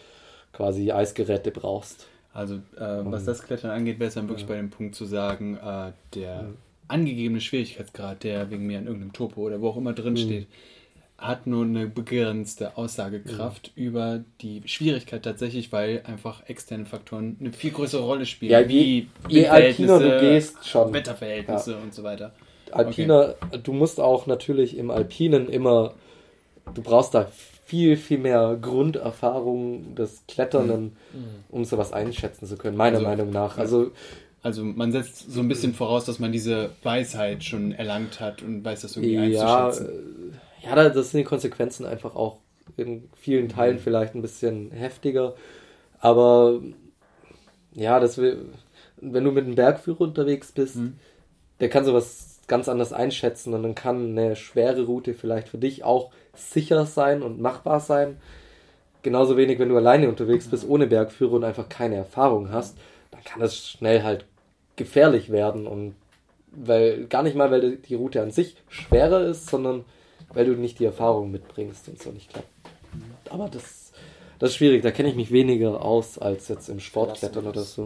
quasi Eisgeräte brauchst. Also was das Klettern angeht, wäre es dann wirklich bei dem Punkt zu sagen, der angegebene Schwierigkeitsgrad, der wegen mir in irgendeinem Topo oder wo auch immer drin steht, hat nur eine begrenzte Aussagekraft über die Schwierigkeit tatsächlich, weil einfach externe Faktoren eine viel größere Rolle spielen. Ja, je alpiner du gehst, schon. Wetterverhältnisse und so weiter. Alpiner, du musst auch natürlich im Alpinen immer, du brauchst da viel, viel mehr Grunderfahrung des Kletternden, um sowas einschätzen zu können, meiner Meinung nach. Also man setzt so ein bisschen voraus, dass man diese Weisheit schon erlangt hat und weiß das irgendwie einzuschätzen. Ja, das sind die Konsequenzen einfach auch in vielen Teilen vielleicht ein bisschen heftiger. Aber ja, wenn du mit einem Bergführer unterwegs bist, der kann sowas ganz anders einschätzen und dann kann eine schwere Route vielleicht für dich auch sicher sein und machbar sein. Genauso wenig, wenn du alleine unterwegs bist, ohne Bergführer und einfach keine Erfahrung hast, dann kann das schnell halt gefährlich werden. Und gar nicht mal, weil die Route an sich schwerer ist, sondern weil du nicht die Erfahrung mitbringst und so nicht klappt. Aber das ist schwierig, da kenne ich mich weniger aus als jetzt im Sportklettern oder so.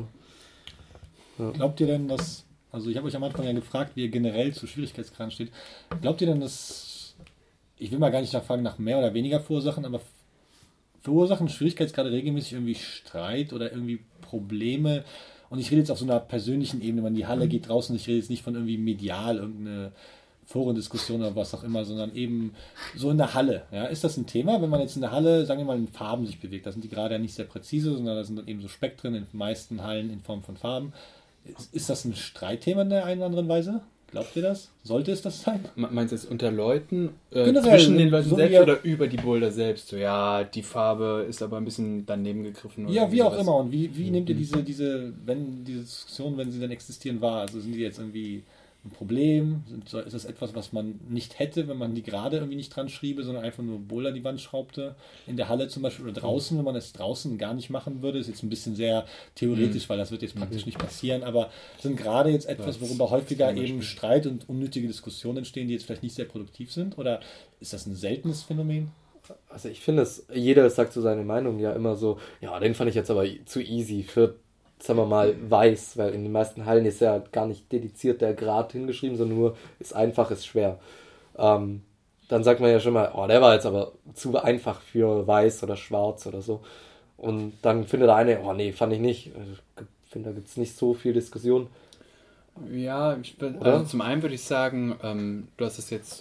Ja. Glaubt ihr denn, dass, also ich habe euch am Anfang ja gefragt, wie ihr generell zu Schwierigkeitsgraden steht. Glaubt ihr denn, dass, ich will mal gar nicht nachfragen nach mehr oder weniger Verursachen, aber verursachen Schwierigkeitsgrade regelmäßig irgendwie Streit oder irgendwie Probleme? Und ich rede jetzt auf so einer persönlichen Ebene, wenn die Halle geht draußen, ich rede jetzt nicht von irgendwie medial, irgendeine Forendiskussion oder was auch immer, sondern eben so in der Halle. Ja, ist das ein Thema, wenn man jetzt in der Halle, sagen wir mal, in Farben sich bewegt? Da sind die gerade ja nicht sehr präzise, sondern da sind dann eben so Spektren in den meisten Hallen in Form von Farben. Ist das ein Streitthema in der einen oder anderen Weise? Glaubt ihr das? Sollte es das sein? Meinst du es unter Leuten? Generell, zwischen den Leuten so selbst oder über die Boulder selbst? So, ja, die Farbe ist aber ein bisschen daneben gegriffen. Oder ja, wie auch sowas. Immer. Und wie nehmt ihr diese Diskussion, wenn sie dann existieren, wahr? Also sind die jetzt irgendwie ein Problem? Ist das etwas, was man nicht hätte, wenn man die gerade irgendwie nicht dran schriebe, sondern einfach nur Boulder die Wand schraubte? In der Halle zum Beispiel oder draußen, wenn man es draußen gar nicht machen würde, ist jetzt ein bisschen sehr theoretisch, weil das wird jetzt praktisch nicht passieren, aber sind gerade jetzt etwas, worüber häufiger eben Streit und unnötige Diskussionen entstehen, die jetzt vielleicht nicht sehr produktiv sind? Oder ist das ein seltenes Phänomen? Also ich finde jeder sagt so seine Meinung ja immer so, ja, den fand ich jetzt aber zu easy für, sagen wir mal, weiß, weil in den meisten Hallen ist ja gar nicht dediziert der Grad hingeschrieben, sondern nur ist einfach, ist schwer. Dann sagt man ja schon mal, oh, der war jetzt aber zu einfach für weiß oder schwarz oder so. Und dann findet der eine, oh nee, fand ich nicht. Ich finde, da gibt es nicht so viel Diskussion. Ja, also zum einen würde ich sagen, du hast jetzt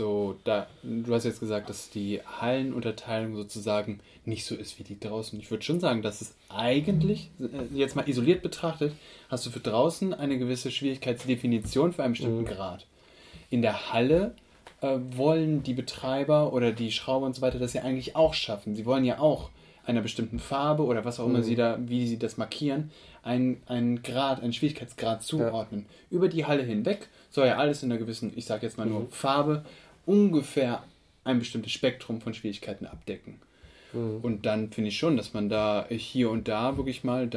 gesagt, dass die Hallenunterteilung sozusagen nicht so ist wie die draußen. Ich würde schon sagen, dass es eigentlich, jetzt mal isoliert betrachtet, hast du für draußen eine gewisse Schwierigkeitsdefinition für einen bestimmten Grad. In der Halle wollen die Betreiber oder die Schrauber und so weiter das ja eigentlich auch schaffen. Sie wollen ja auch einer bestimmten Farbe oder was auch immer wie sie das markieren, einen Schwierigkeitsgrad zuordnen. Über die Halle hinweg soll ja alles in einer gewissen, ich sage jetzt mal nur Farbe, ungefähr ein bestimmtes Spektrum von Schwierigkeiten abdecken. Und dann finde ich schon, dass man da hier und da wirklich mal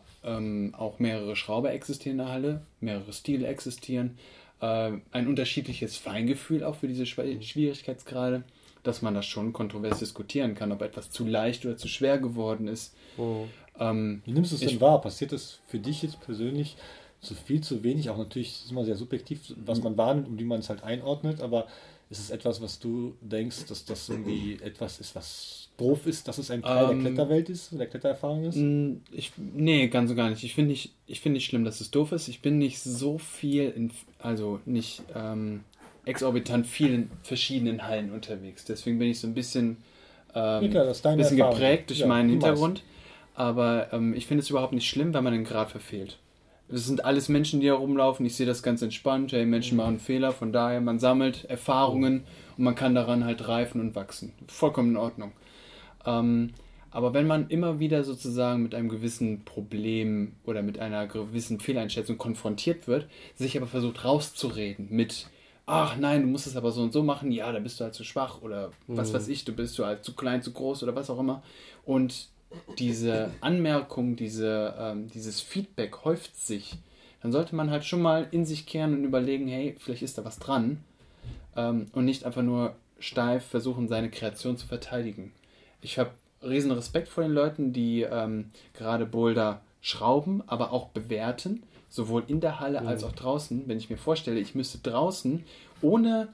auch mehrere Schrauber existieren in der Halle, mehrere Stile existieren, ein unterschiedliches Feingefühl auch für diese Schwierigkeitsgrade, dass man das schon kontrovers diskutieren kann, ob etwas zu leicht oder zu schwer geworden ist. Wie nimmst du es denn wahr? Passiert das für dich jetzt persönlich zu viel, zu wenig? Auch natürlich ist es immer sehr subjektiv, was man wahrnimmt und wie man es halt einordnet, aber ist es etwas, was du denkst, dass das irgendwie etwas ist, was doof ist, dass es ein Teil der Kletterwelt ist, der Klettererfahrung ist? Nee, ganz und gar nicht. Ich finde nicht schlimm, dass es doof ist. Ich bin nicht so viel, nicht exorbitant vielen verschiedenen Hallen unterwegs. Deswegen bin ich so ein bisschen, bisschen geprägt durch meinen Hintergrund. Aber ich finde es überhaupt nicht schlimm, wenn man den Grad verfehlt. Das sind alles Menschen, die da rumlaufen. Ich sehe das ganz entspannt. Hey, Menschen machen Fehler. Von daher, man sammelt Erfahrungen und man kann daran halt reifen und wachsen. Vollkommen in Ordnung. Aber wenn man immer wieder sozusagen mit einem gewissen Problem oder mit einer gewissen Fehleinschätzung konfrontiert wird, sich aber versucht rauszureden mit, ach nein, du musst es aber so und so machen, ja, da bist du halt zu schwach oder was weiß ich, du bist halt zu klein, zu groß oder was auch immer. Und diese Anmerkung, dieses Feedback häuft sich, dann sollte man halt schon mal in sich kehren und überlegen, hey, vielleicht ist da was dran, und nicht einfach nur steif versuchen, seine Kreation zu verteidigen. Ich habe riesen Respekt vor den Leuten, die gerade Boulder schrauben, aber auch bewerten, sowohl in der Halle als auch draußen. Wenn ich mir vorstelle, ich müsste draußen ohne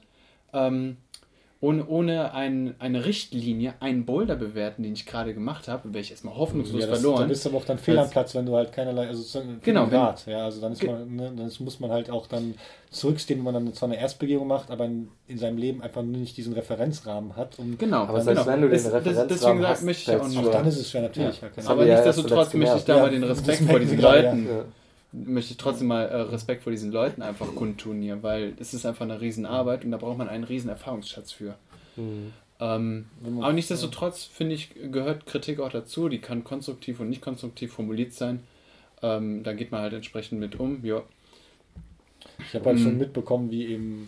eine Richtlinie einen Boulder bewerten, den ich gerade gemacht habe, wäre ich erstmal hoffnungslos verloren. Dann bist du aber auch dann fehl am Platz, wenn du halt keinerlei, also sozusagen genau, Grad, ja, also dann ist dann muss man halt auch dann zurückstehen, wenn man dann zwar eine Erstbegehung macht, aber in seinem Leben einfach nur nicht diesen Referenzrahmen hat. Genau, aber selbst wenn du den Referenzrahmen hast, möchte ich auch nicht. Auch dann ist es schwer, natürlich. Ja. Aber nichtsdestotrotz möchte ich da mal den Respekt vor diesen Leuten, möchte ich trotzdem mal Respekt vor diesen Leuten einfach kundtun hier, weil es ist einfach eine Riesenarbeit und da braucht man einen riesen Erfahrungsschatz für. Aber nichtsdestotrotz, finde ich, gehört Kritik auch dazu, die kann konstruktiv und nicht konstruktiv formuliert sein. Da geht man halt entsprechend mit um. Ja. Ich habe halt schon mitbekommen, wie eben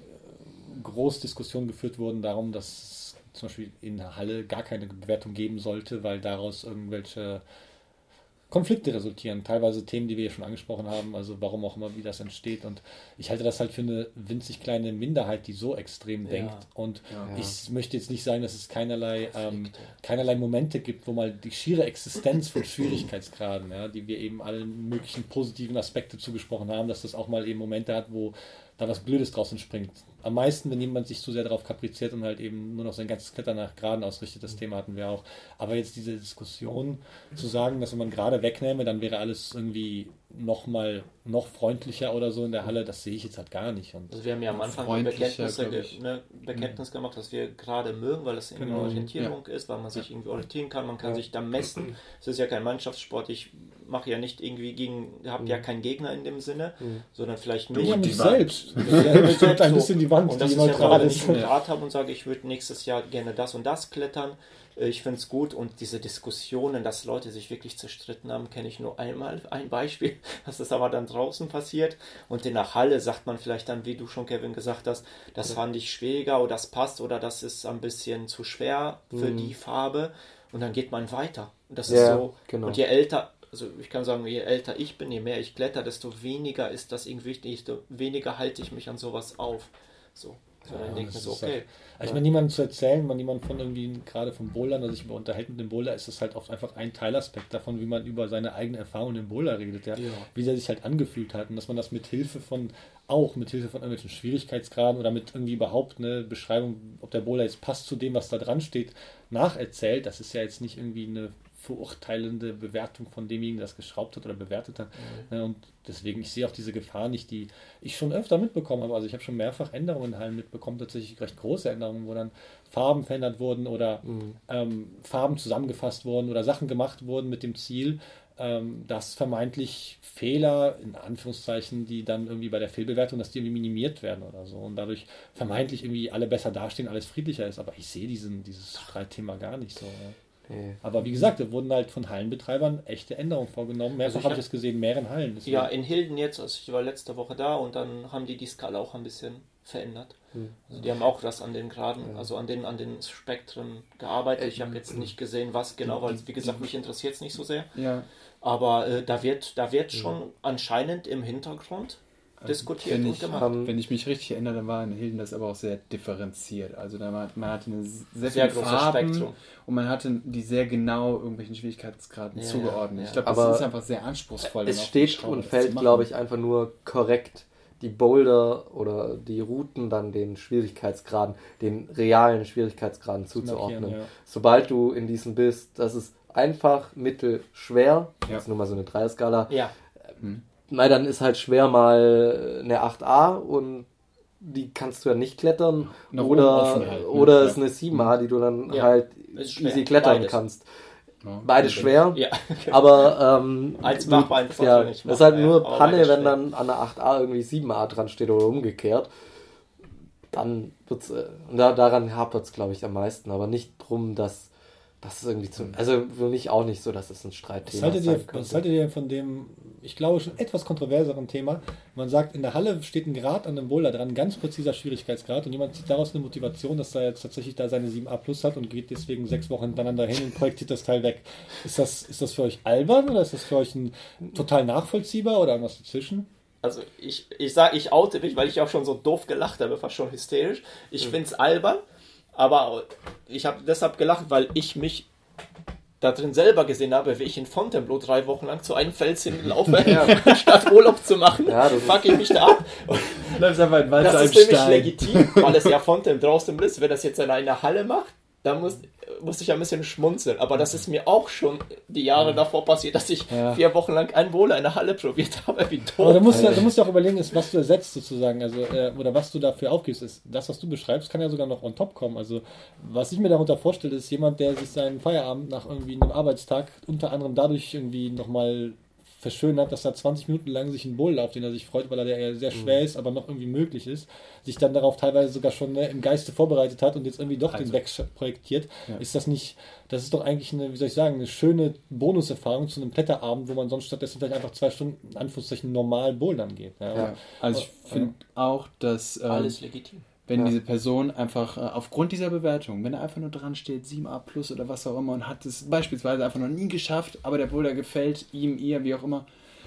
groß Diskussionen geführt wurden darum, dass es zum Beispiel in der Halle gar keine Bewertung geben sollte, weil daraus irgendwelche Konflikte resultieren. Teilweise Themen, die wir ja schon angesprochen haben, also warum auch immer, wie das entsteht. Und ich halte das halt für eine winzig kleine Minderheit, die so extrem denkt. Und ich möchte jetzt nicht sagen, dass es keinerlei Momente gibt, wo mal die schiere Existenz von Schwierigkeitsgraden, die wir eben allen möglichen positiven Aspekten zugesprochen haben, dass das auch mal eben Momente hat, wo da was Blödes draus entspringt. Am meisten, wenn jemand sich zu sehr darauf kapriziert und halt eben nur noch sein ganzes Klettern nach Geraden ausrichtet, das Thema hatten wir auch. Aber jetzt diese Diskussion zu sagen, dass wenn man gerade wegnähme, dann wäre alles irgendwie noch freundlicher oder so in der Halle, das sehe ich jetzt halt gar nicht. Und also wir haben ja am Anfang ein Bekenntnis gemacht, dass wir gerade mögen, weil es eine Orientierung ist, weil man sich irgendwie orientieren kann, man kann sich da messen. Es ist ja kein Mannschaftssport, ich mache ja nicht irgendwie habe ja keinen Gegner in dem Sinne, sondern vielleicht mich. Du selbst. Ein bisschen die Wand, und das die ist ja gerade, wenn ich einen Grad habe und sage, ich würde nächstes Jahr gerne das und das klettern, ich finde es gut, und diese Diskussionen, dass Leute sich wirklich zerstritten haben, kenne ich nur einmal ein Beispiel, dass das aber dann draußen passiert, und in der Halle sagt man vielleicht dann, wie du schon, Kevin, gesagt hast, das fand ich schwieriger oder das passt oder das ist ein bisschen zu schwer für die Farbe, und dann geht man weiter. Und das ist so, genau. Und je älter, also ich kann sagen, je älter ich bin, je mehr ich kletter, desto weniger ist das irgendwie wichtig, desto weniger halte ich mich an sowas auf. So. Dann denkt man so, okay. Ich meine, niemandem zu erzählen, niemand von irgendwie, gerade vom Bouldern, der sich über unterhält mit dem Boulder, ist das halt oft einfach ein Teilaspekt davon, wie man über seine eigene Erfahrung im Boulder redet, wie der sich halt angefühlt hat, und dass man das mit Hilfe von irgendwelchen Schwierigkeitsgraden oder mit irgendwie überhaupt eine Beschreibung, ob der Boulder jetzt passt zu dem, was da dran steht, nacherzählt. Das ist ja jetzt nicht irgendwie eine verurteilende Bewertung von demjenigen, der das geschraubt hat oder bewertet hat. Und deswegen, ich sehe auch diese Gefahr nicht, die ich schon öfter mitbekommen habe. Also ich habe schon mehrfach Änderungen in Hallen mitbekommen, tatsächlich recht große Änderungen, wo dann Farben verändert wurden oder Farben zusammengefasst wurden oder Sachen gemacht wurden mit dem Ziel, dass vermeintlich Fehler, in Anführungszeichen, die dann irgendwie bei der Fehlbewertung, dass die irgendwie minimiert werden oder so und dadurch vermeintlich irgendwie alle besser dastehen, alles friedlicher ist. Aber ich sehe dieses Streitthema gar nicht so. Aber wie gesagt, da wurden halt von Hallenbetreibern echte Änderungen vorgenommen. Mehrfach habe ich es gesehen, mehreren Hallen. Deswegen. Ja, in Hilden jetzt, also ich war letzte Woche da, und dann haben die Skala auch ein bisschen verändert. Also die haben auch das an den Graden, also an den Spektren gearbeitet. Ich habe jetzt nicht gesehen, was genau, weil, wie gesagt, mich interessiert es nicht so sehr. Ja. Aber da wird schon anscheinend im Hintergrund diskutiert und gemacht. Wenn ich mich richtig erinnere, dann war in Hilden das aber auch sehr differenziert. Also man hatte eine sehr großes Spektrum und man hatte die sehr genau irgendwelchen Schwierigkeitsgraden zugeordnet. Ich glaube, das ist einfach sehr anspruchsvoll. Es steht und fällt, glaube ich, einfach nur korrekt die Boulder oder die Routen dann den Schwierigkeitsgraden, den realen Schwierigkeitsgraden zuzuordnen. Sobald du in diesem bist, das ist einfach, mittel, schwer, das ist nur mal so eine Dreierskala, dann ist halt schwer mal eine 8a und die kannst du ja nicht klettern oder ist eine 7a, die du dann halt easy klettern kannst. Ja, beides schwer, aber als machbar einfach nicht machbar. Das ist halt nur Panne, wenn dann an der 8a irgendwie 7a dran steht oder umgekehrt. Dann wird's, und daran hapert es, glaube ich, am meisten, aber nicht drum, dass Das ist irgendwie also für mich auch nicht so, dass es ein Streitthema Was haltet ihr von dem, ich glaube, schon etwas kontroverseren Thema? Man sagt, in der Halle steht ein Grad an einem Boulder dran, ganz präziser Schwierigkeitsgrad, und jemand zieht daraus eine Motivation, dass er jetzt tatsächlich da seine 7a plus hat und geht deswegen 6 Wochen hintereinander hin und projektiert das Teil weg. Ist das für euch albern oder ist das für euch total nachvollziehbar oder was dazwischen? Also ich oute mich, weil ich auch schon so doof gelacht habe, fast schon hysterisch. Ich finde es albern. Aber ich habe deshalb gelacht, weil ich mich da drin selber gesehen habe, wie ich in Fontainebleau 3 Wochen lang zu einem Fels hinlaufe, statt Urlaub zu machen, fuck ich mich da ab. Das ist für mich legitim, weil es ja Fontainebleau draußen ist. Wenn das jetzt in einer Halle macht, dann muss ich ein bisschen schmunzeln. Aber das ist mir auch schon die Jahre davor passiert, dass ich 4 Wochen lang einen Boulder in der Halle probiert habe. Wie doof. Aber du musst ja auch überlegen, was du ersetzt sozusagen, also oder was du dafür aufgibst. Ist das, was du beschreibst, kann ja sogar noch on top kommen. Also was ich mir darunter vorstelle, ist jemand, der sich seinen Feierabend nach irgendwie einem Arbeitstag unter anderem dadurch irgendwie nochmal verschönert, dass er 20 Minuten lang sich einen Boulder, auf den er sich freut, weil er sehr schwer ist, aber noch irgendwie möglich ist, sich dann darauf teilweise sogar schon im Geiste vorbereitet hat und jetzt irgendwie doch den wegprojektiert. Ja. Ist das ist doch eigentlich eine schöne Bonuserfahrung zu einem Kletterabend, wo man sonst stattdessen vielleicht einfach 2 Stunden, in Anführungszeichen, normal bouldern geht. Ja. Also ich finde auch, dass alles legitim. Wenn diese Person einfach aufgrund dieser Bewertung, wenn er einfach nur dran steht, 7a plus oder was auch immer, und hat es beispielsweise einfach noch nie geschafft, aber der Boulder gefällt ihm, ihr, wie auch immer,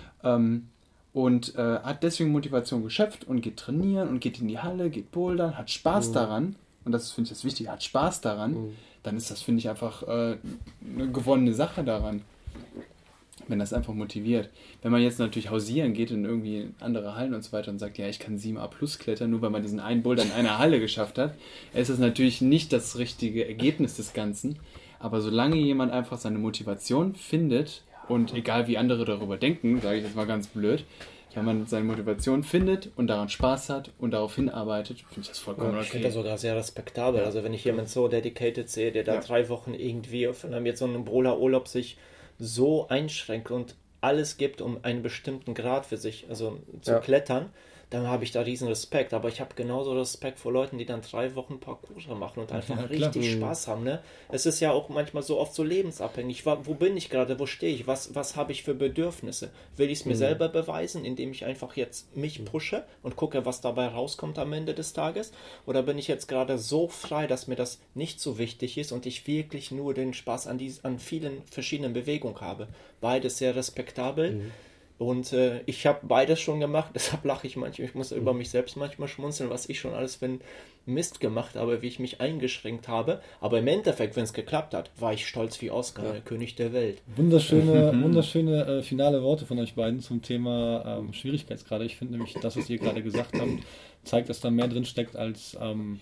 und hat deswegen Motivation geschöpft und geht trainieren und geht in die Halle, geht bouldern, hat Spaß daran, und das finde ich das Wichtige, hat Spaß daran, dann ist das, finde ich, einfach eine gewonnene Sache daran. Wenn das einfach motiviert. Wenn man jetzt natürlich hausieren geht in irgendwie andere Hallen und so weiter und sagt, ja, ich kann 7a plus klettern, nur weil man diesen einen Boulder in einer Halle geschafft hat, ist das natürlich nicht das richtige Ergebnis des Ganzen. Aber solange jemand einfach seine Motivation findet, und egal wie andere darüber denken, sage ich jetzt mal ganz blöd, wenn man seine Motivation findet und daran Spaß hat und darauf hinarbeitet, finde ich das vollkommen okay. Ich finde das sogar sehr respektabel. Also wenn ich jemanden so dedicated sehe, der da 3 Wochen irgendwie auf jetzt so einem Boulder-Urlaub sich so einschränkt und alles gibt, um einen bestimmten Grad für sich zu klettern, dann habe ich da riesen Respekt. Aber ich habe genauso Respekt vor Leuten, die dann 3 Wochen Parcours machen und einfach richtig Spaß haben. Ne? Es ist ja auch manchmal so oft so lebensabhängig. Wo bin ich gerade? Wo stehe ich? Was habe ich für Bedürfnisse? Will ich es mir selber beweisen, indem ich einfach jetzt mich pushe und gucke, was dabei rauskommt am Ende des Tages? Oder bin ich jetzt gerade so frei, dass mir das nicht so wichtig ist und ich wirklich nur den Spaß an vielen verschiedenen Bewegungen habe? Beides sehr respektabel. Und ich habe beides schon gemacht, deshalb lache ich manchmal. Ich muss über mich selbst manchmal schmunzeln, was ich schon alles für einen Mist gemacht habe, wie ich mich eingeschränkt habe. Aber im Endeffekt, wenn es geklappt hat, war ich stolz wie Oscar, der König der Welt. Wunderschöne finale Worte von euch beiden zum Thema Schwierigkeitsgrade. Ich finde nämlich, das, was ihr gerade gesagt habt, zeigt, dass da mehr drin steckt als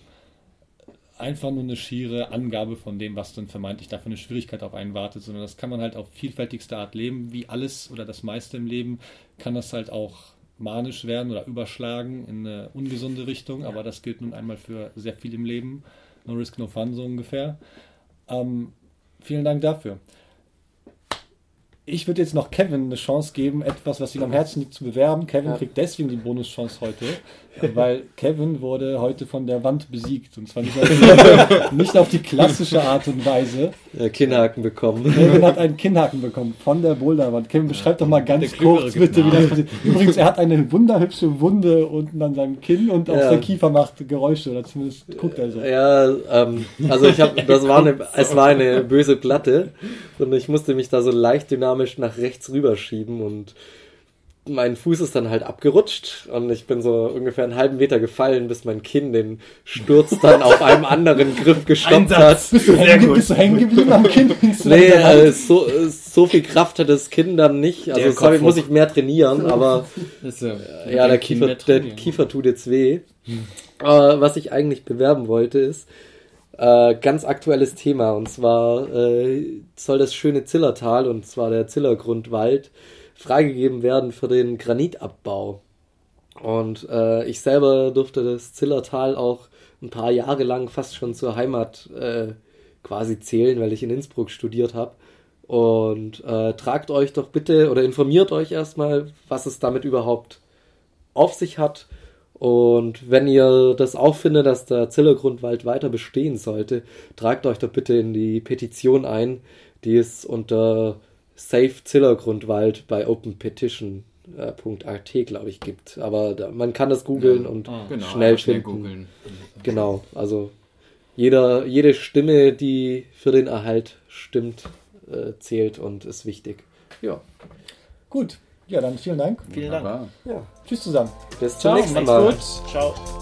einfach nur eine schiere Angabe von dem, was dann vermeintlich da für eine Schwierigkeit auf einen wartet, sondern das kann man halt auf vielfältigste Art leben, wie alles oder das meiste im Leben kann das halt auch manisch werden oder überschlagen in eine ungesunde Richtung, aber das gilt nun einmal für sehr viel im Leben. No risk, no fun, so ungefähr. Vielen Dank dafür. Ich würde jetzt noch Kevin eine Chance geben, etwas, was ihm am Herzen liegt, zu bewerben. Kevin kriegt deswegen die Bonuschance heute, weil Kevin wurde heute von der Wand besiegt. Und zwar nicht auf die klassische Art und Weise. Kinnhaken bekommen. Kevin hat einen Kinnhaken bekommen von der Boulderwand. Kevin, beschreib doch mal ganz kurz bitte, wie das passiert. Übrigens, er hat eine wunderhübsche Wunde unten an seinem Kinn und auch der Kiefer macht Geräusche, oder zumindest guckt er so. Ja, also es war eine böse Platte und ich musste mich da so leicht dynamisch nach rechts rüberschieben und mein Fuß ist dann halt abgerutscht und ich bin so ungefähr einen halben Meter gefallen, bis mein Kinn den Sturz dann auf einem anderen Griff gestoppt hat. Bist du hängen geblieben am Kinn? Nee, so viel Kraft hat das Kinn dann nicht. Also muss ich mehr trainieren, aber der Kiefer tut jetzt weh. Was ich eigentlich bewerben wollte ist, ganz aktuelles Thema, und zwar soll das schöne Zillertal, und zwar der Zillergrundwald, freigegeben werden für den Granitabbau. Und ich selber durfte das Zillertal auch ein paar Jahre lang fast schon zur Heimat quasi zählen, weil ich in Innsbruck studiert habe. Und tragt euch doch bitte oder informiert euch erstmal, was es damit überhaupt auf sich hat Und wenn ihr das auch findet, dass der Zillergrundwald weiter bestehen sollte, tragt euch doch bitte in die Petition ein, die es unter Save Zillergrundwald bei openpetition.at, glaube ich, gibt. Aber man kann das googeln und schnell finden. Genau, also jede Stimme, die für den Erhalt stimmt, zählt und ist wichtig. Ja. Gut. Ja, dann vielen Dank. Vielen Dank. Ja. Tschüss zusammen. Bis zum nächsten Mal. Macht's gut. Ciao.